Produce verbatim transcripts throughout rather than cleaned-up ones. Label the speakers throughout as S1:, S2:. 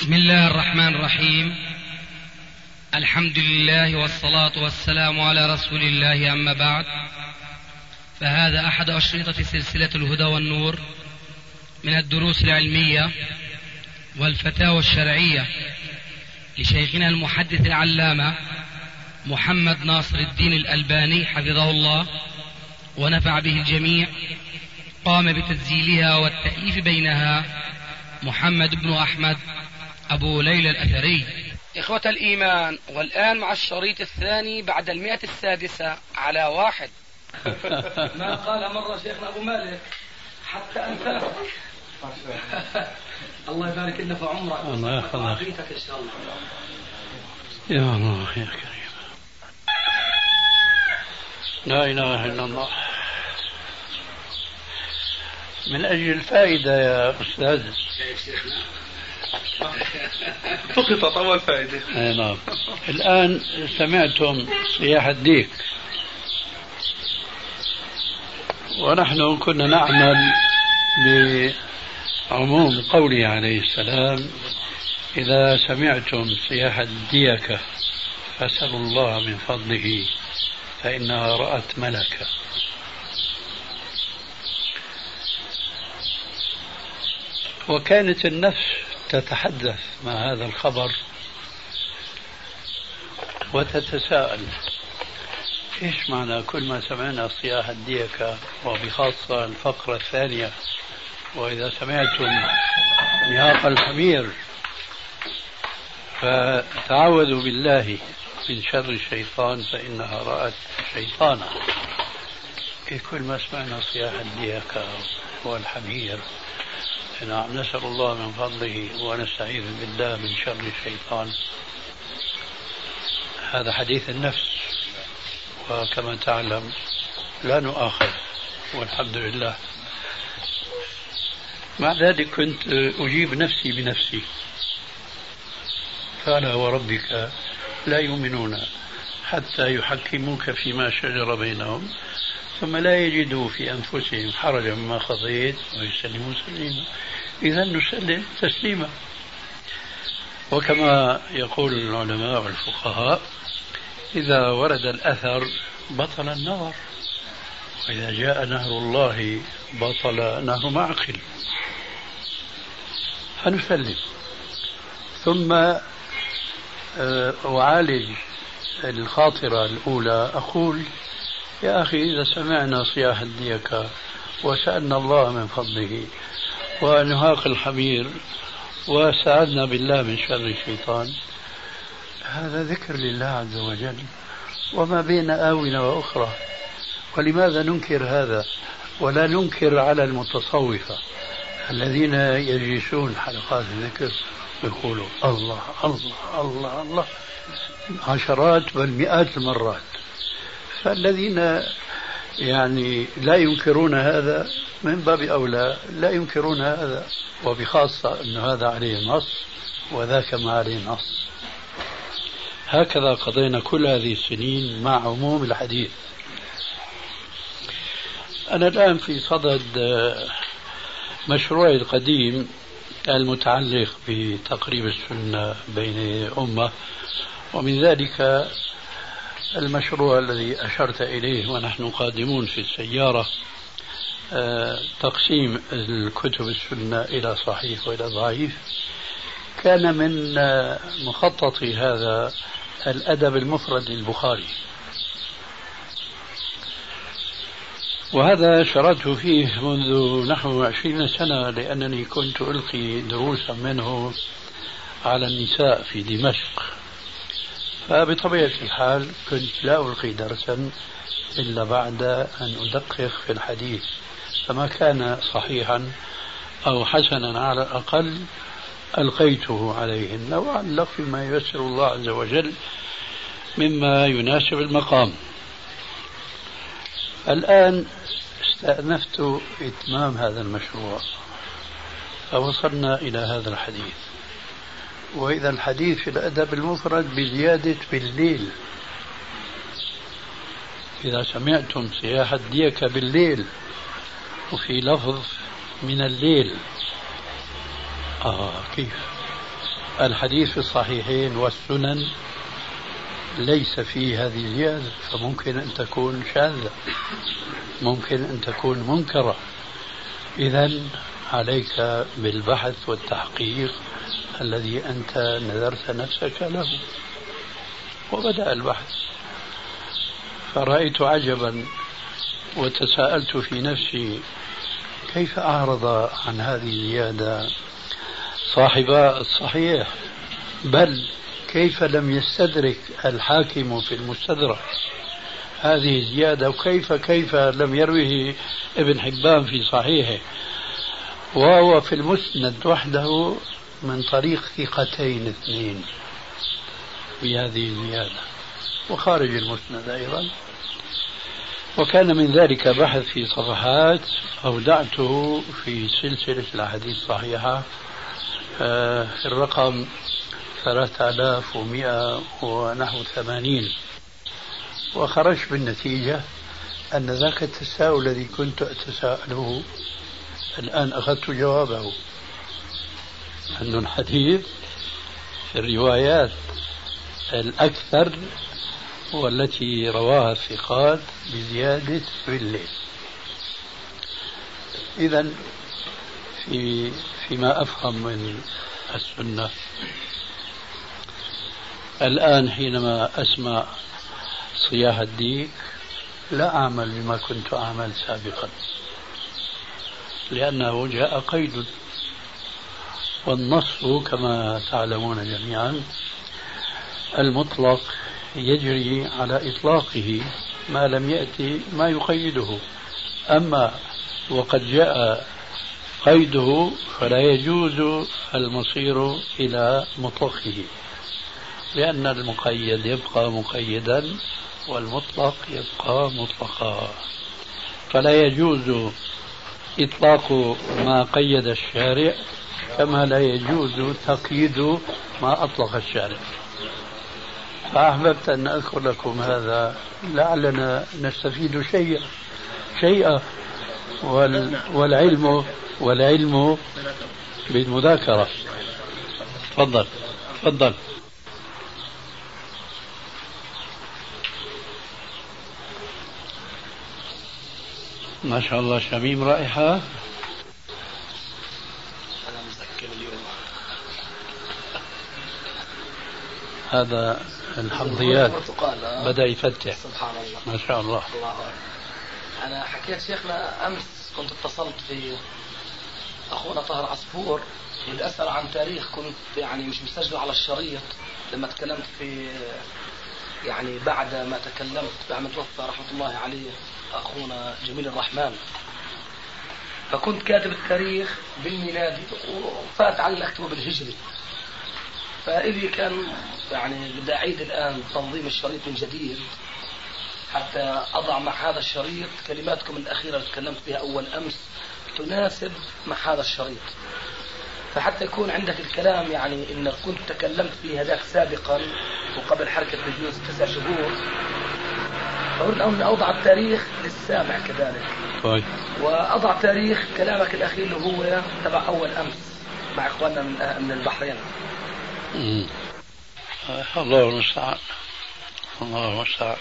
S1: بسم الله الرحمن الرحيم. الحمد لله والصلاة والسلام على رسول الله، أما بعد، فهذا أحد أشرطة سلسلة الهدى والنور من الدروس العلمية والفتاوى الشرعية لشيخنا المحدث العلامة محمد ناصر الدين الألباني حفظه الله ونفع به الجميع. قام بتسجيلها والتأليف بينها محمد بن أحمد أبو ليلى الأثري. إخوة الإيمان، والآن مع الشريط الثاني بعد المئة السادسة على واحد. ما قال مرة شيخنا أبو مالك حتى أنت. الله يبارك لنا في عمرك.
S2: الله يحفظك.
S1: إن شاء الله.
S2: يا الله يا كريم. لا إله إلا الله. من أجل الفائدة يا أستاذ.
S3: سقطت أول فائدة.
S2: أي نعم. الآن سمعتم صياح الديك، ونحن كنا نعمل بعموم قوله عليه السلام: إذا سمعتم صياح الديكة فاسألوا الله من فضله فإنها رأت ملكا. وكانت النفس تتحدث مع هذا الخبر وتتساءل: إيش معنى كل ما سمعنا صياح الديكة، وبخاصة الفقرة الثانية: وإذا سمعتم نهاق الحمير فتعوذوا بالله من شر الشيطان فإنها رأت شيطانا. إيه كل ما سمعنا صياح الديكة والحمير نعم نسأل الله من فضله ونستعيذ بالله من شر الشيطان. هذا حديث النفس، وكما تعلم لا نؤاخذ والحمد لله. مع ذلك كنت أجيب نفسي بنفسي: فلا وربك لا يؤمنون حتى يحكموك فيما شجر بينهم ثم لا يجدوا في أنفسهم حرجا مما قضيت ويسلموا تسليما. إذا نسلم تسليما. وكما يقول العلماء والفقهاء: إذا ورد الأثر بطل النظر، وإذا جاء نهر الله بطل نهر معقل. فنسلم. ثم أعالج الخاطرة الأولى، أقول: يا أخي، إذا سمعنا صياح الديكة وسألنا الله من فضله ونهاق الحمير وسألنا بالله من شر الشيطان، هذا ذكر لله عز وجل وما بين آونة وأخرى. ولماذا ننكر هذا ولا ننكر على المتصوفة الذين يجلسون حلقات الذكر يقولوا الله الله الله الله عشرات بل مئات المرات؟ فالذين يعني لا ينكرون هذا من باب أولى لا ينكرون هذا، وبخاصة أن هذا عليه نص وذاك ما عليه نص. هكذا قضينا كل هذه السنين مع عموم الحديث. أنا الآن في صدد مشروعي القديم المتعلق بتقريب السنة بين أمة، ومن ذلك المشروع الذي أشرت إليه ونحن قادمون في السيارة: تقسيم الكتب السنة إلى صحيح وإلى ضعيف. كان من مخطط هذا الأدب المفرد للبخاري، وهذا شرعت فيه منذ نحو عشرين سنة، لأنني كنت ألقي دروسا منه على النساء في دمشق. فبطبيعة الحال كنت لا ألقي درسا إلا بعد أن أدقق في الحديث، فما كان صحيحا أو حسنا على الأقل ألقيته عليهن وعلق فيما ييسر الله عز وجل مما يناسب المقام. الآن استأنفت إتمام هذا المشروع، فوصلنا إلى هذا الحديث: وإذا الحديث في الأدب المفرد بزيادة بالليل. إذا سمعتم صياح الديكة بالليل، وفي لفظ من الليل. آه كيف؟ الحديث في الصحيحين والسنن ليس فيه هذه الزيادة، فممكن أن تكون شاذة، ممكن أن تكون منكرة. إذن عليك بالبحث والتحقيق الذي أنت نذرت نفسك له. وبدأ البحث، فرأيت عجبا وتساءلت في نفسي كيف أعرض عن هذه الزيادة صاحبا الصحيح، بل كيف لم يستدرك الحاكم في المستدرك هذه الزيادة، وكيف كيف لم يروه ابن حبان في صحيحه وهو في المسند وحده من طريق ثقتين اثنين بهذه الزيادة، وخارج المسند أيضا. وكان من ذلك بحث في صفحات أودعته في سلسلة الأحاديث الصحيحة في الرقم ثلاثة آلاف ومئة ونحو ثمانين، وخرجت بالنتيجة أن ذاك التساؤل الذي كنت أتساءله الآن أخذت جوابه، أن الحديث في الروايات الأكثر والتي رواها الثقات بزيادة في الليل. إذن في فيما أفهم من السنة الآن حينما أسمع صياح الديك لا أعمل بما كنت أعمل سابقا، لأنه جاء قيد، والنص كما تعلمون جميعا المطلق يجري على إطلاقه ما لم يأتي ما يقيده، أما وقد جاء قيده فلا يجوز المصير إلى مطلقه، لأن المقيد يبقى مقيدا والمطلق يبقى مطلقا، فلا يجوز إطلاق ما قيد الشارع كما لا يجوز تقييد ما أطلق الشارع. فأحببت أن أذكر لكم هذا لعلنا نستفيد شيئا شيئا والعلم والعلم بالمذاكرة. تفضل تفضل. ما شاء الله شميم رائحة. هذا الحمضيات بدأ يفتح.
S4: سبحان الله
S2: ما شاء الله.
S4: الله أكبر. أنا حكيت شيخنا أمس كنت اتصلت في أخونا طاهر عصفور بدي أسأل عن تاريخ كنت يعني مش مسجل على الشريط لما تكلمت في يعني بعد ما تكلمت بعد ما توفى رحمة الله عليه أخونا جميل الرحمن، فكنت كاتب التاريخ بالميلادي وفات علي أكتبه بالهجري، فإذا كان يعني بدي أعيد الآن تنظيم الشريط من جديد حتى أضع مع هذا الشريط كلماتكم الأخيرة اللي تكلمت بها أول أمس تناسب مع هذا الشريط، فحتى يكون عندك الكلام يعني إنك كنت تكلمت فيه هذاك سابقا وقبل حركة بجوز تسع شهور، فأريد أن أوضع التاريخ للسامع كذلك.
S2: طيب.
S4: وأضع تاريخ كلامك الأخير اللي هو تبع أول أمس مع إخواننا من من البحرين.
S2: امم الله المستعان. الله المستعان.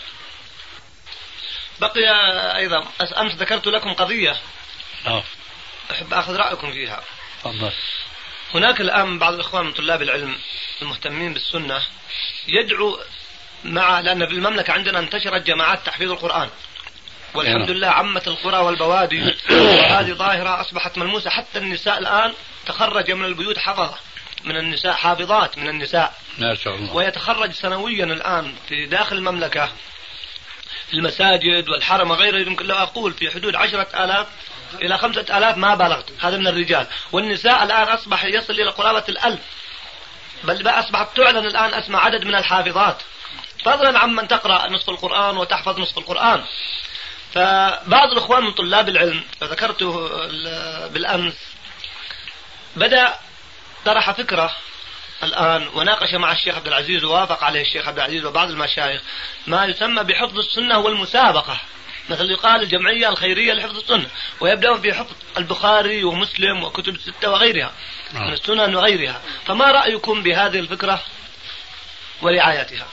S5: بقي أيضا أمس ذكرت لكم قضية
S2: أوه.
S5: أحب أخذ رأيكم فيها.
S2: تفضل.
S5: هناك الآن بعض الإخوان من طلاب العلم المهتمين بالسنة يدعو مع لأن في المملكة عندنا انتشرت جماعات تحفيظ القرآن والحمد لله عمت القرى والبوادي، وهذه ظاهرة أصبحت ملموسة، حتى النساء الآن تخرج من البيوت حفظة من النساء، حافظات من النساء
S2: ما شاء الله.
S5: ويتخرج سنويا الآن في داخل المملكة في المساجد والحرم وغيره يمكن لو أقول في حدود عشرة آلاف إلى خمسة آلاف ما بلغت، هذا من الرجال، والنساء الآن أصبح يصل إلى قرابة الألف، بل بقى أصبحت تعلن الآن أسمى عدد من الحافظات، فضلا عمن تقرأ نصف القرآن وتحفظ نصف القرآن. فبعض الإخوان من طلاب العلم فذكرته بالأمس بدأ طرح فكرة الآن وناقش مع الشيخ عبد العزيز ووافق عليه الشيخ عبد العزيز وبعض المشايخ ما يسمى بحفظ السنة والمسابقة مثل يقال الجمعية الخيرية لحفظ السنة، ويبدأون في حفظ البخاري ومسلم وكتب الستة وغيرها من السنن وغيرها. فما رأيكم بهذه الفكرة ورعايتها؟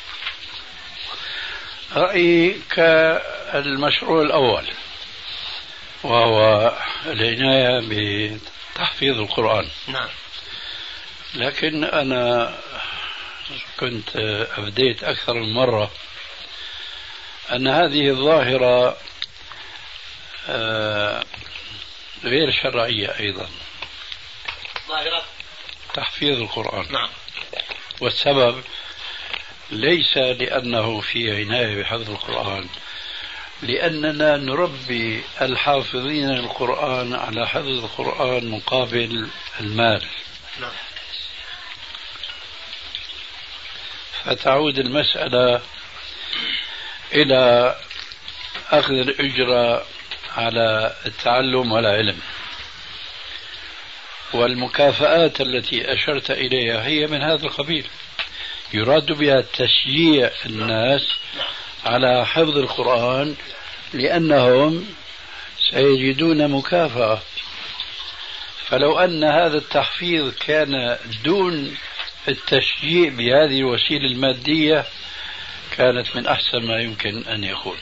S2: رأيي كالمشروع الأول، وهو العناية بتحفيظ القرآن.
S5: نعم.
S2: لكن أنا كنت أبديت أكثر من مرة أن هذه الظاهرة غير شرعية أيضا،
S5: ظاهرة
S2: تحفيظ القرآن.
S5: نعم.
S2: والسبب ليس لأنه في عناية بحفظ القرآن، لأننا نربي الحافظين القرآن على حفظ القرآن مقابل المال.
S5: نعم.
S2: فتعود المسألة إلى أخذ الأجرة على التعلم والعلم، والمكافآت التي أشرت إليها هي من هذا القبيل، يراد بها تشجيع الناس على حفظ القرآن لأنهم سيجدون مكافأة. فلو أن هذا التحفيظ كان دون التشجيع بهذه الوسيلة المادية كانت من أحسن ما يمكن أن يكون.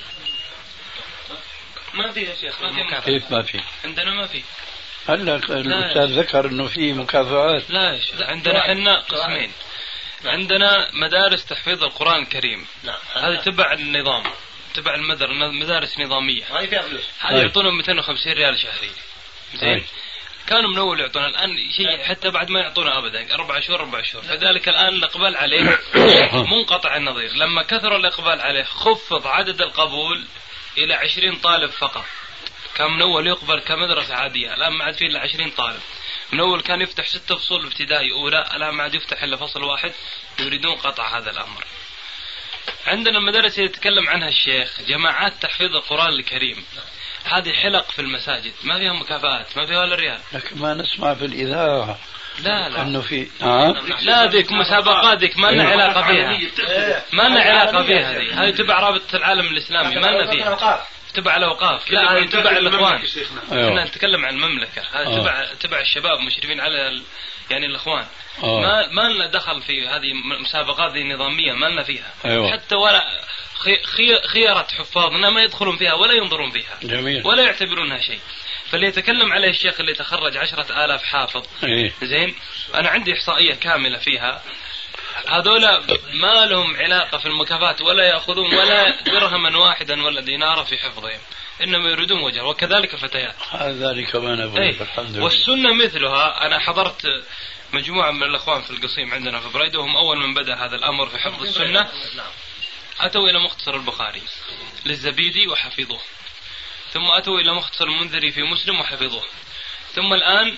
S6: ما في يا شيخ، ما في مكافأة.
S2: كيف ما في؟
S6: عندنا ما في.
S2: هلا الأستاذ ذكر أنه في مكافآت.
S6: لا يا شيخ، عندنا حنا قسمين. عندنا مدارس تحفيظ القرآن الكريم، هذه تبع النظام، تبع المدارس نظامية، هذه يعطونهم مئتين وخمسين ريال شهري. زين. كانوا من أول يعطونا، الآن شيء حتى بعد ما يعطونا أبدا، أربع شهور أربع شهور. فذلك الآن الإقبال عليه منقطع النظير. لما كثر الإقبال عليه خفض عدد القبول إلى عشرين طالب فقط. كان من أول يقبل كمدرسة عادية، الآن ما عاد فيه إلا عشرين طالب. من أول كان يفتح ستة فصول ابتدائي أولى، الآن ما عاد يفتح إلا فصل واحد. يريدون قطع هذا الأمر. عندنا المدارس اللي يتكلم عنها الشيخ، جماعات تحفيظ القرآن الكريم، هذه حلق في المساجد، ما فيها مكافآت، ما فيها ولا ريال.
S2: لكن ما نسمع في الإذاعة
S6: لا لا
S2: أنه في آه؟
S6: لا ذيك مسابقات، ذيك ما لنا علاقة فيها، ما لنا علاقة فيها. هذه هذه تبع رابطة العالم الإسلامي، ما لنا فيها، تبع الأوقاف. لا هذه تبع الإخوان. احنا نتكلم عن المملكة، هذا تبع تبع الشباب مشرفين على ال... يعني الإخوان.
S2: أوه.
S6: ما ما لنا دخل في هذه المسابقات ذي النظامية، ما لنا فيها.
S2: أيوة.
S6: حتى ولا خي... خيارة حفاظنا ما يدخلون فيها ولا ينظرون فيها.
S2: جميل.
S6: ولا يعتبرونها شيء. فاللي يتكلم عليه الشيخ اللي تخرج عشرة آلاف حافظ.
S2: إيه؟
S6: زين. أنا عندي إحصائية كاملة فيها، هذولا ما لهم علاقة في المكافآت، ولا يأخذون ولا درهما واحدا ولا دينارا في حفظهم، إنما يريدون وجه. وكذلك الفتيات.
S2: ذلك ما نقول.
S6: أيه.
S2: الحمد لله.
S6: والسنة مثلها. أنا حضرت مجموعة من الأخوان في القصيم عندنا في بريدة، وهم أول من بدأ هذا الأمر في حفظ السنة أتوا إلى مختصر البخاري للزبيدي وحفظوه، ثم أتوا إلى مختصر المنذري في مسلم وحفظوه، ثم الآن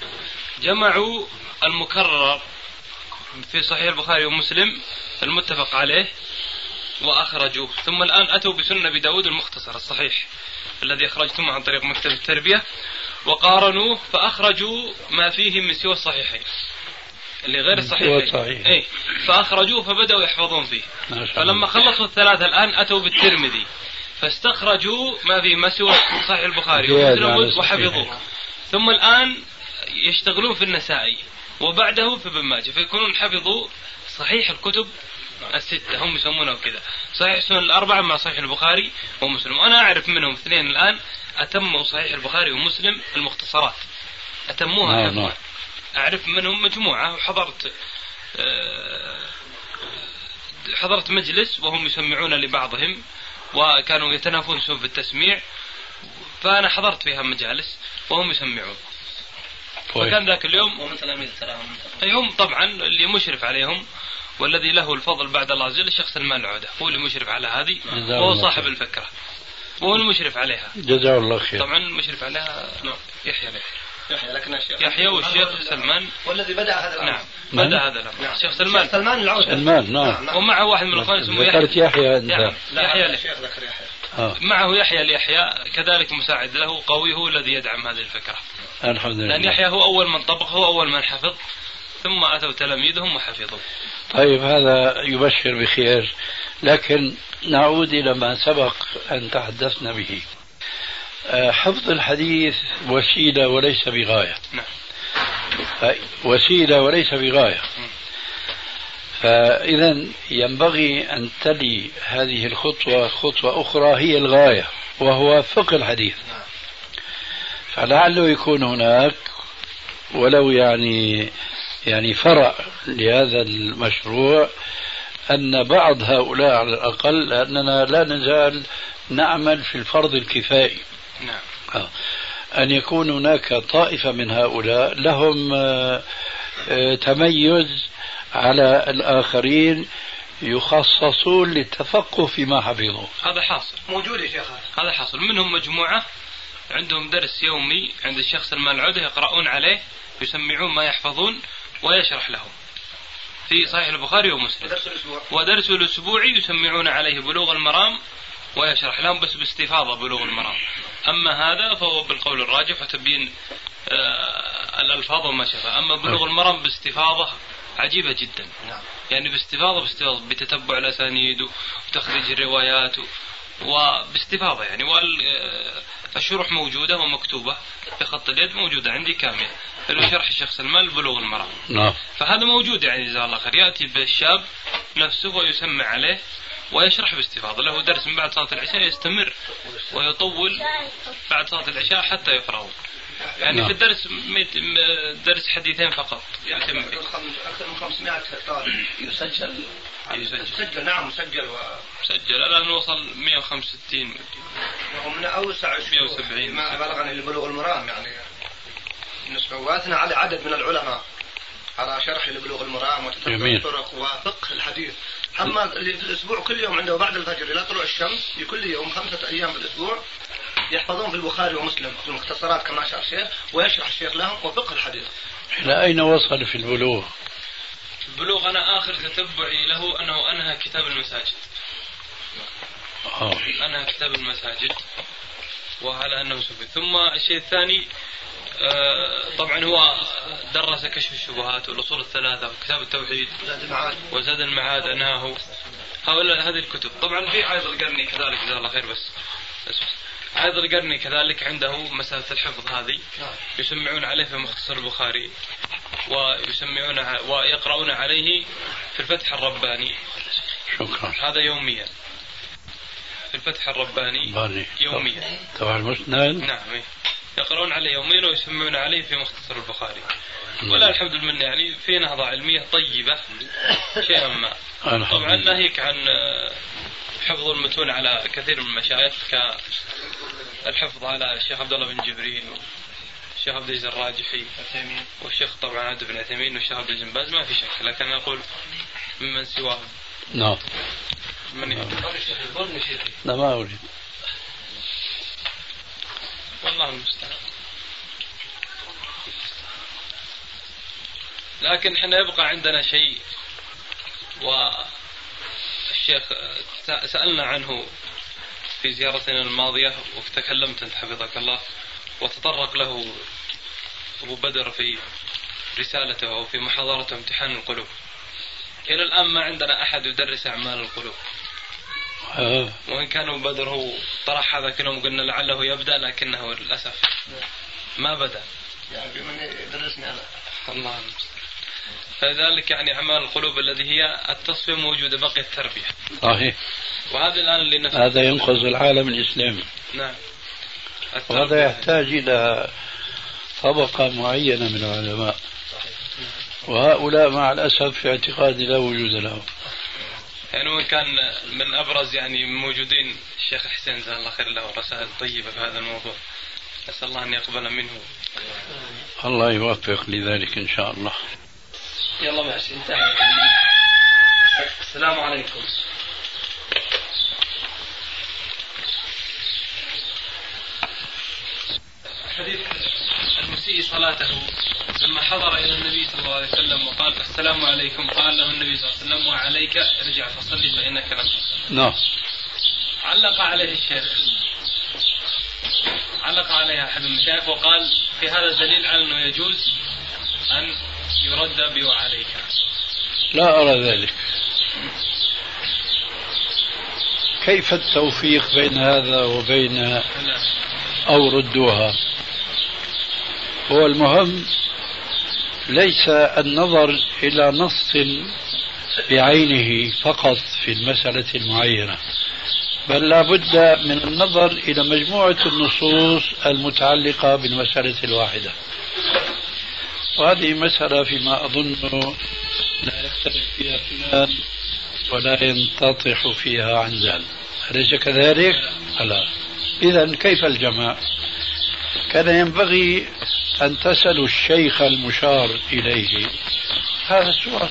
S6: جمعوا المكرر في صحيح البخاري ومسلم المتفق عليه وأخرجوه، ثم الآن أتوا بسنة أبي داود المختصر الصحيح الذي أخرجتم عن طريق مكتب التربية، وقارنوه فأخرجوا ما فيه من سوى الصحيحين اللي غير الصحيحين. إيه. فأخرجوه فبدأوا يحفظون فيه. فلما خلصوا الثلاثة الآن أتوا بالترمذي فاستخرجوا ما فيه ما سوى صحيح البخاري ومسلم وحفظوه، ثم الآن يشتغلون في النسائي وبعده في ابن ماجه، فيكونون حفظوا صحيح الكتب الستة، هم يسمونه كذا، صحيح السنن الأربعة مع صحيح البخاري ومسلم. وأنا أعرف منهم اثنين الآن أتموا صحيح البخاري ومسلم المختصرات، أتموها حفظا. أعرف منهم مجموعة، وحضرت حضرت مجلس وهم يسمعون لبعضهم وكانوا يتنافسون في التسميع، فأنا حضرت فيها مجالس وهم يسمعون. وكان ذاك اليوم ومن تلاميذ هم طبعا اللي مشرف عليهم والذي له الفضل بعد الله عز وجل الشيخ سلمان العودة، هو اللي مشرف على هذه وهو صاحب الفكرة وهو المشرف عليها.
S2: جزاه الله خير.
S6: طبعا المشرف عليها يحيى له
S5: يحيى لكن الشيخ
S6: يحيى والشيخ سلمان
S5: والذي بدأ هذا الأمر.
S6: نعم بدأ هذا الأمر الشيخ سلمان
S5: سلمان العودة.
S2: سلمان نعم.
S6: ومعه واحد من الأخوان اسمه يحيى.
S2: ذكرت يحيى أنت.
S6: يحيى
S5: الشيخ ذكر يحيى.
S2: آه.
S6: معه يحيى ليحيى كذلك مساعد له قوي، هو الذي يدعم هذه الفكرة.
S2: الحمد لله.
S6: لأن يحيى هو أول من طبق، هو أول من حفظ، ثم أتوا تلاميذهم وحفظوا.
S2: طيب هذا يبشر بخير، لكن نعود إلى ما سبق أن تحدثنا به. حفظ الحديث وسيلة وليس بغاية.
S6: نعم.
S2: وسيلة وليس بغاية. فإذا ينبغي أن تلي هذه الخطوة خطوة أخرى هي الغاية، وهو فقه الحديث. فلعله يكون هناك ولو يعني يعني فرع لهذا المشروع، أن بعض هؤلاء على الأقل، لأننا لا نزال نعمل في الفرض الكفائي.
S6: نعم.
S2: أن يكون هناك طائفة من هؤلاء لهم تميز على الآخرين، يخصصون للتفقه فيما حفظوا.
S6: هذا حاصل،
S5: موجود يا شيخ.
S6: هذا حاصل. منهم مجموعة عندهم درس يومي عند الشخص الملعوده، يقرؤون عليه، يسمعون ما يحفظون ويشرح لهم في صحيح البخاري ومسلم. ودرس الأسبوعي يسمعون عليه بلوغ المرام ويشرح لهم بس باستفاضة بلوغ المرام. أما هذا فهو بالقول الراجح وتبين آه الألفاظ وما شابه. أما بلوغ المرام باستفاضة عجيبة جدا، يعني باستفاضة باستفاضة بتتبع الأسانيد وتخريج الروايات وباستفاضة يعني. والشروح موجودة ومكتوبة بخط اليد، موجودة عندي كاملة في شرح الشخص المال بلوغ المرام.
S2: نعم.
S6: فهذا موجود يعني جزاه الله خير. يأتي بالشاب نفسه ويسمع عليه ويشرح باستفاضة. له درس من بعد صلاة العشاء يستمر ويطول بعد صلاة العشاء حتى يفرغ. يعني
S2: نعم.
S6: في الدرس درس حديثين فقط يتم فيه.
S5: أكثر من خمسمائة هكتار
S4: يسجل.
S6: يسجل.
S5: مسجل. نعم مسجل و...
S6: مسجل. الآن وصل مئة وخمسة وستين
S5: ومن أوسع
S6: مئة وسبعين
S5: ما بلغني لبلوغ المرام يعني بالنسبة. وأثنى على عدد من العلماء على شرح لبلوغ المرام وتتبع الطرق وفقه الحديث. أما اللي في الأسبوع كل يوم عنده بعد الفجر إلى طلوع الشمس في كل يوم خمسة أيام في الأسبوع يحفظون في البخاري ومسلم في المختصرات كما شاء الشيخ، ويشرح الشيخ لهم وفقه الحديث.
S2: إلى أين وصل في البلوغ؟
S6: البلوغ أنا آخر تتبعي له أنه أنهى كتاب المساجد.
S2: أوه.
S6: أنهى كتاب المساجد وعلى أنه سبب. ثم الشيء الثاني آه طبعا هو درس كشف الشبهات والأصول الثلاثة وكتاب التوحيد وزاد المعاد أنهاه. هؤلاء هذه الكتب. طبعا في عايض القرني كذلك جزاه الله خير. بس, بس عايض القرني كذلك عنده مسألة الحفظ هذه يسمعون عليه في مختصر البخاري ويسمعون ويقرؤون عليه في الفتح الرباني.
S2: شكرا.
S6: هذا يوميا في الفتح الرباني
S2: باني.
S6: يوميا
S2: تبع المسند.
S6: نعم يقرؤون عليه يوميا ويسمعون عليه في مختصر البخاري. ولا الحمد لله يعني في نهضة علمية طيبة شيئا ما. طبعا ناهيك عن حفظ المتون على كثير من المشايخ كالحفظ على الشيخ عبد الله بن جبريل والشيخ عبد العزيز الراجحي والشيخ طبعا عبد بن عثيمين والشيخ عبد العزيز بن باز، ما في شك. لكن أقول ممن سواه.
S2: نعم.
S6: من يقول؟
S2: لا ما أريد.
S6: والله المستعان. لكن احنا يبقى عندنا شيء والشيخ سألنا عنه في زيارتنا الماضية وتكلمت انت حفظك الله، وتطرق له أبو بدر في رسالته أو في محاضرته امتحان القلوب. إلى الآن ما عندنا أحد يدرس أعمال القلوب. وإن كان أبو بدر هو طرح هذا كلام قلنا لعله يبدأ، لكنه للأسف ما بدأ.
S5: يعني من يدرسني أنا.
S6: الله المستعان. فلذلك يعني أعمال القلوب الذي هي التصفية موجودة، بقي التربية.
S2: صحيح.
S6: وهذا الآن اللي نفسه.
S2: هذا ينقذ العالم الإسلامي.
S6: نعم.
S2: وهذا يحتاج إلى طبقة معينة من العلماء، وهؤلاء مع الأسف في اعتقادي لا وجود لهم.
S6: يعني وإن كان من أبرز يعني موجودين الشيخ حسين جزاه الله خير له رسائل طيبة في هذا الموضوع، أسأل الله أن يقبل منه.
S2: الله يوفق لذلك إن شاء الله.
S4: يلا ماشي انتهى. السلام عليكم.
S6: حديث المسيء صلاته لما حضر إلى النبي صلى الله عليه وسلم وقال السلام عليكم، قال له النبي صلى الله عليه وسلم وعليك ارجع فصلي فإنك لم تصل.
S2: نعم.
S6: علق عليه الشيخ، علق عليها أحد المشايخ وقال في هذا دليل على أنه يجوز أن يرد بي وعليك.
S2: لا أرى ذلك. كيف التوفيق بين هذا وبين أو ردوها؟ هو المهم ليس النظر إلى نص بعينه فقط في المسألة المعينة، بل لا بد من النظر إلى مجموعة النصوص المتعلقة بالمسألة الواحدة. وهذه مسألة فيما أظن لا يختلف فيها اثنان ولا ينتطح فيها عنزان، أليس كذلك؟ لا. إذن كيف الجمع؟ كان ينبغي أن تسألوا الشيخ المشار إليه هذا السؤال،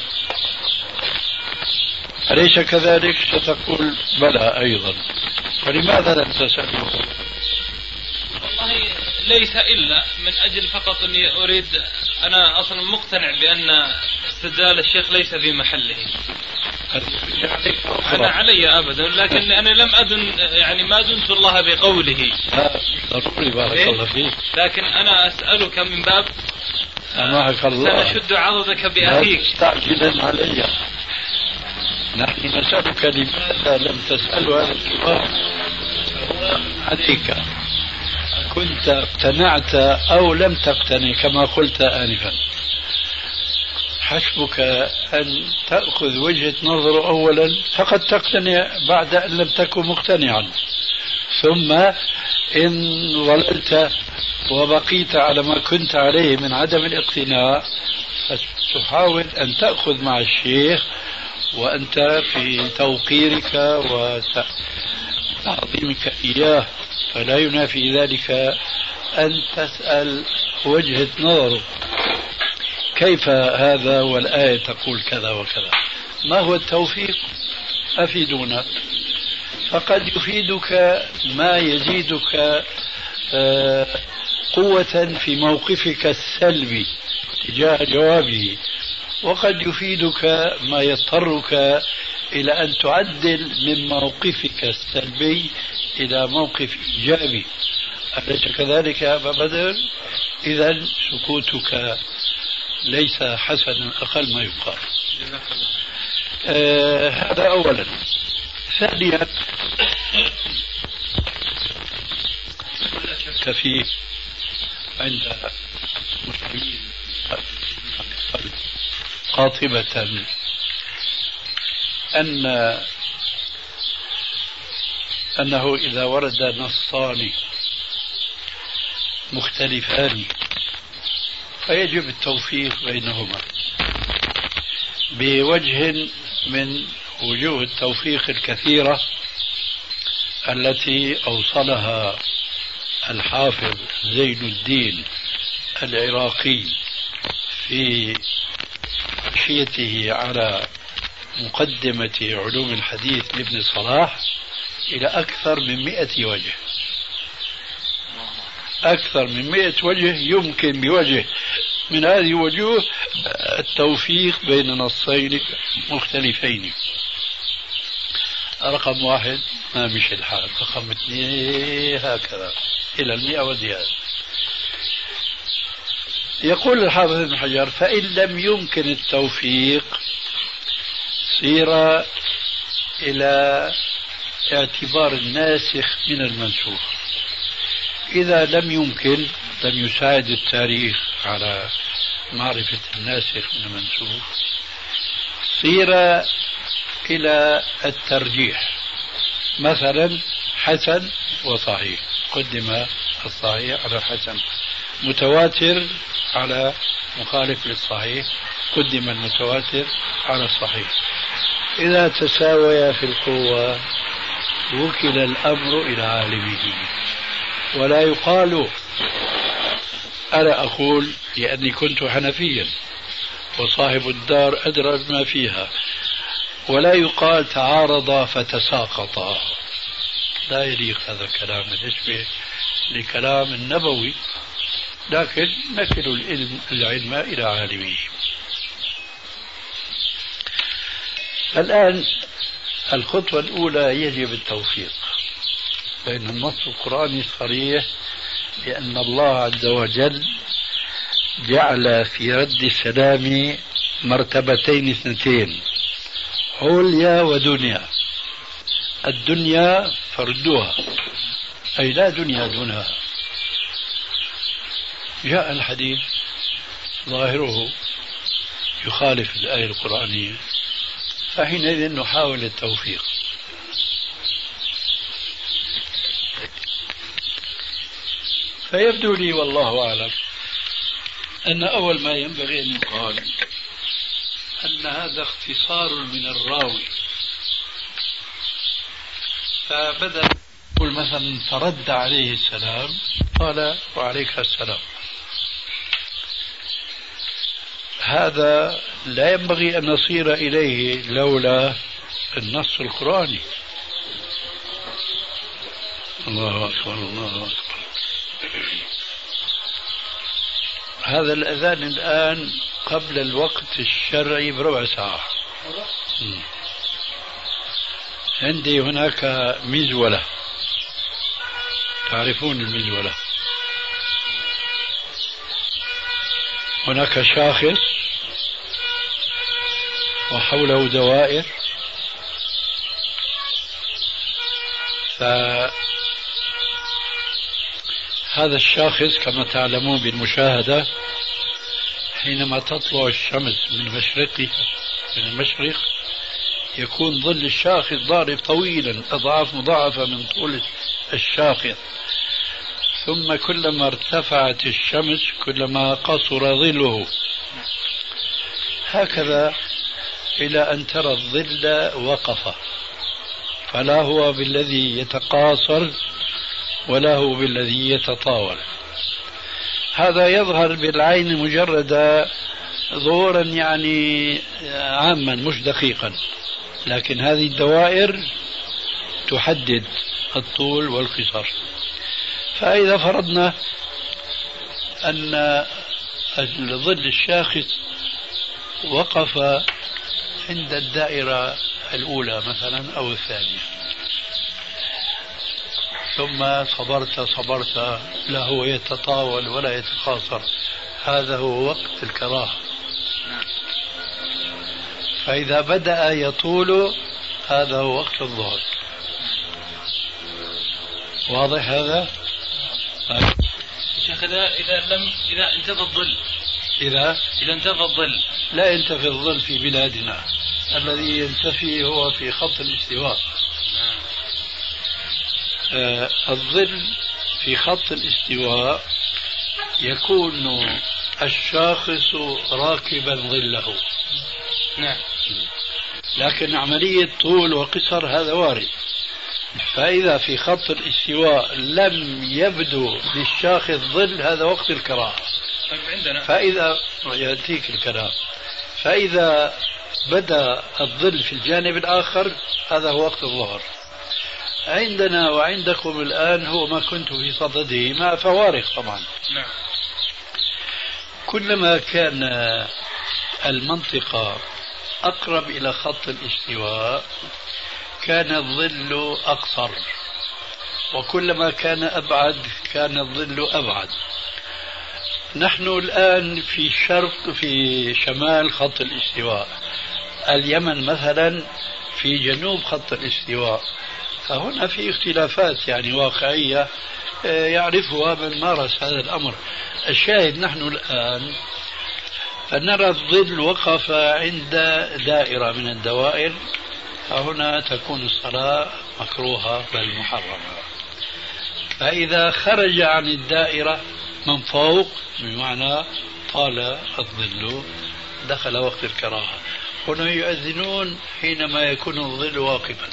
S2: أليس كذلك؟ ستقول بلى أيضا، فلماذا لم تسأله؟
S6: والله ليس إلا من أجل فقط أني أريد، أنا أصلا مقتنع بأن استدلال الشيخ ليس في محله، أنا علي أبدا، لكن أنا لم أدن يعني ما دنت الله بقوله
S2: ضروري بارك الله فيك،
S6: لكن أنا أسألك من باب
S2: سامحك الله
S6: سنشد عضدك بأخيك.
S2: لا تستعجلا علي، نحن نسألك لماذا لم تسأل هذا السؤال عليك، كنت اقتنعت أو لم تقتنع كما قلت آنفا، حسبك أن تأخذ وجهة نظر أولا فقد تقتنع بعد أن لم تكن مقتنعا، ثم إن ظللت وبقيت على ما كنت عليه من عدم الاقتناع فتحاول أن تأخذ مع الشيخ وأنت في توقيرك وتعظيمك إياه، فلا ينافي ذلك أن تسأل وجهة نظره كيف هذا والآية تقول كذا وكذا، ما هو التوفيق؟ أفيدونا. فقد يفيدك ما يزيدك قوة في موقفك السلبي تجاه جوابه، وقد يفيدك ما يضطرك إلى أن تعدل من موقفك السلبي إلى موقف إيجابي، أليس كذلك يا أبا بدر؟ إذن سكوتك ليس حسنا أقل ما يقال. آه هذا أولا. ثانيا كفي عند المسلمين قاطبة أن أنه إذا ورد نصان مختلفان فيجب التوفيق بينهما بوجه من وجوه التوفيق الكثيرة التي أوصلها الحافظ زين الدين العراقي في حاشيته على مقدمة علوم الحديث لابن صلاح إلى أكثر من مئة وجه، أكثر من مئة وجه يمكن بوجه من هذه الوجوه التوفيق بين نصين مختلفين. رقم واحد ما مشي الحال، رقم اثنين هكذا إلى المئة وزيادة. يقول الحافظ ابن حجر: فإن لم يمكن التوفيق صير إلى اعتبار الناسخ من المنسوخ. إذا لم يمكن، لم يساعد التاريخ على معرفة الناسخ من المنسوخ، صير إلى الترجيح، مثلا حسن وصحيح، قدم الصحيح على الحسن، متواتر على مخالف للصحيح، قدم المتواتر على الصحيح. إذا تساويا في القوة وكل الأمر إلى عالمه، ولا يقال أنا أقول لأني كنت حنفيا وصاحب الدار أدرى ما فيها، ولا يقال تعارضا فتساقطا، لا يليق هذا الكلام، يشبه لكلام النبوي، لكن نكل العلم, العلم إلى عالمه. الآن الخطوة الأولى يجب التوفيق بين النص القرآني الصريح بأن الله عز وجل جعل في رد السلام مرتبتين اثنتين، عليا ودنيا. الدنيا فردوها، أي لا دنيا دونها. جاء الحديث ظاهره يخالف الآية القرآنية، فحينئذ نحاول التوفيق. فيبدو لي والله أعلم أن أول ما ينبغي أن يقال أن هذا اختصار من الراوي، فبدأ يقول مثلا فرد عليه السلام قال وعليك السلام. هذا لا ينبغي أن نصير إليه لولا النص القرآني. الله أكبر الله أكبر. هذا الأذان الآن قبل الوقت الشرعي بربع ساعة. عندي هناك مزولة، تعرفون المزولة؟ هناك شاخص وحوله دوائر، فهذا الشاخص كما تعلمون بالمشاهدة حينما تطلع الشمس من مشرقه من المشرق يكون ظل الشاخص ضارب طويلا أضعاف مضاعفة من طول الشاخص، ثم كلما ارتفعت الشمس كلما قصر ظله، هكذا إلى أن ترى الظل وقف، فلا هو بالذي يتقاصر ولا هو بالذي يتطاول. هذا يظهر بالعين مجرد ظهورا يعني عاما مش دقيقا، لكن هذه الدوائر تحدد الطول والقصر. فإذا فرضنا أن الظل الشاخص وقف عند الدائرة الأولى مثلا أو الثانية، ثم صبرت صبرت لا هو يتطاول ولا يتقاصر، هذا هو وقت الكراهة. فإذا بدأ يطول هذا هو وقت الظهر. واضح هذا؟
S6: شيخ إذا إذا لم إذا انتفى الظل
S2: إذا
S6: إذا انتفى الظل
S2: لا ينتفي الظل في بلادنا، الذي ينتفي هو في خط الاستواء. آه الظل في خط الاستواء يكون الشاخص راكبا ظله.
S6: نعم.
S2: لكن عملية طول وقصر هذا وارد. فإذا في خط الاستواء لم يبدو للشاخص ظل هذا وقت الكراهة.
S6: طيب عندنا
S2: فإذا يأتيك الكلام، فإذا بدأ الظل في الجانب الآخر هذا هو وقت الظهر. عندنا وعندكم الآن هو ما كنت في صدده مع فوارق طبعا.
S6: نعم.
S2: كلما كان المنطقة أقرب إلى خط الاستواء كان الظل أقصر، وكلما كان أبعد كان الظل أبعد. نحن الآن في شرق في شمال خط الاستواء، اليمن مثلا في جنوب خط الاستواء، فهنا في اختلافات يعني واقعية يعرفها من مارس هذا الأمر. الشاهد نحن الآن فنرى الظل وقف عند دائرة من الدوائر، فهنا تكون الصلاة مكروهة بل محرمة. فإذا خرج عن الدائرة من فوق بمعنى طال الظل دخل وقت الكراهة. هنا يؤذنون حينما يكون الظل واقفا،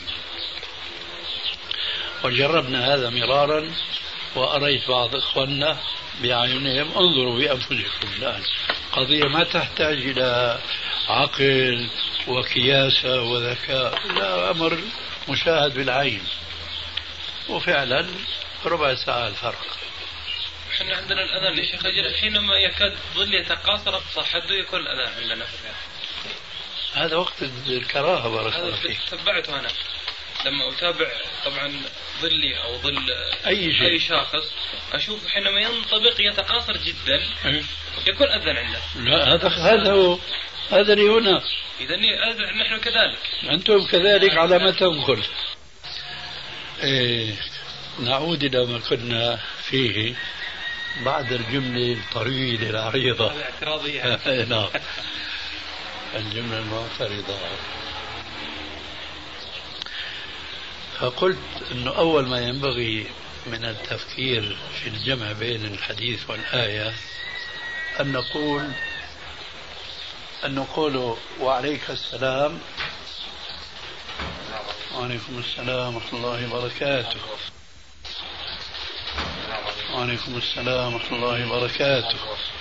S2: وجربنا هذا مرارا وأريت بعض إخواننا بأعينهم انظروا بأنفسكم الآن، قضية ما تحتاج إلى عقل وكياسة وذكاء، لا، أمر مشاهد بالعين، وفعلا ربع ساعة الفرق.
S6: احنا عندنا الأذان يا شيخ أجل حينما يكاد ظل يتقاصر أقصى حده يكون الأذان عندنا.
S2: هذا وقت الكراهة بارك الله فيك.
S6: تبعته أنا لما أتابع طبعا ظلي أو ظل
S2: أي شيء
S6: أي شخص أشوف حينما ينطبق يتقاصر جدا يكون أذن عنده.
S2: لا هذا هذا هو هذا اللي هنا.
S6: إذا نحن كذلك.
S2: أنتم كذلك على ما تنقل. إيه نعود إلى ما كنا فيه بعد الجملة الطويلة العريضة.
S6: الاعتراضية.
S2: نعم، الجملة المعترضة. فقلت أنه أول ما ينبغي من التفكير في الجمع بين الحديث والآية أن نقول أن نقول وعليك السلام وعليكم السلام ورحمة الله وبركاته وعليكم السلام ورحمة الله وبركاته.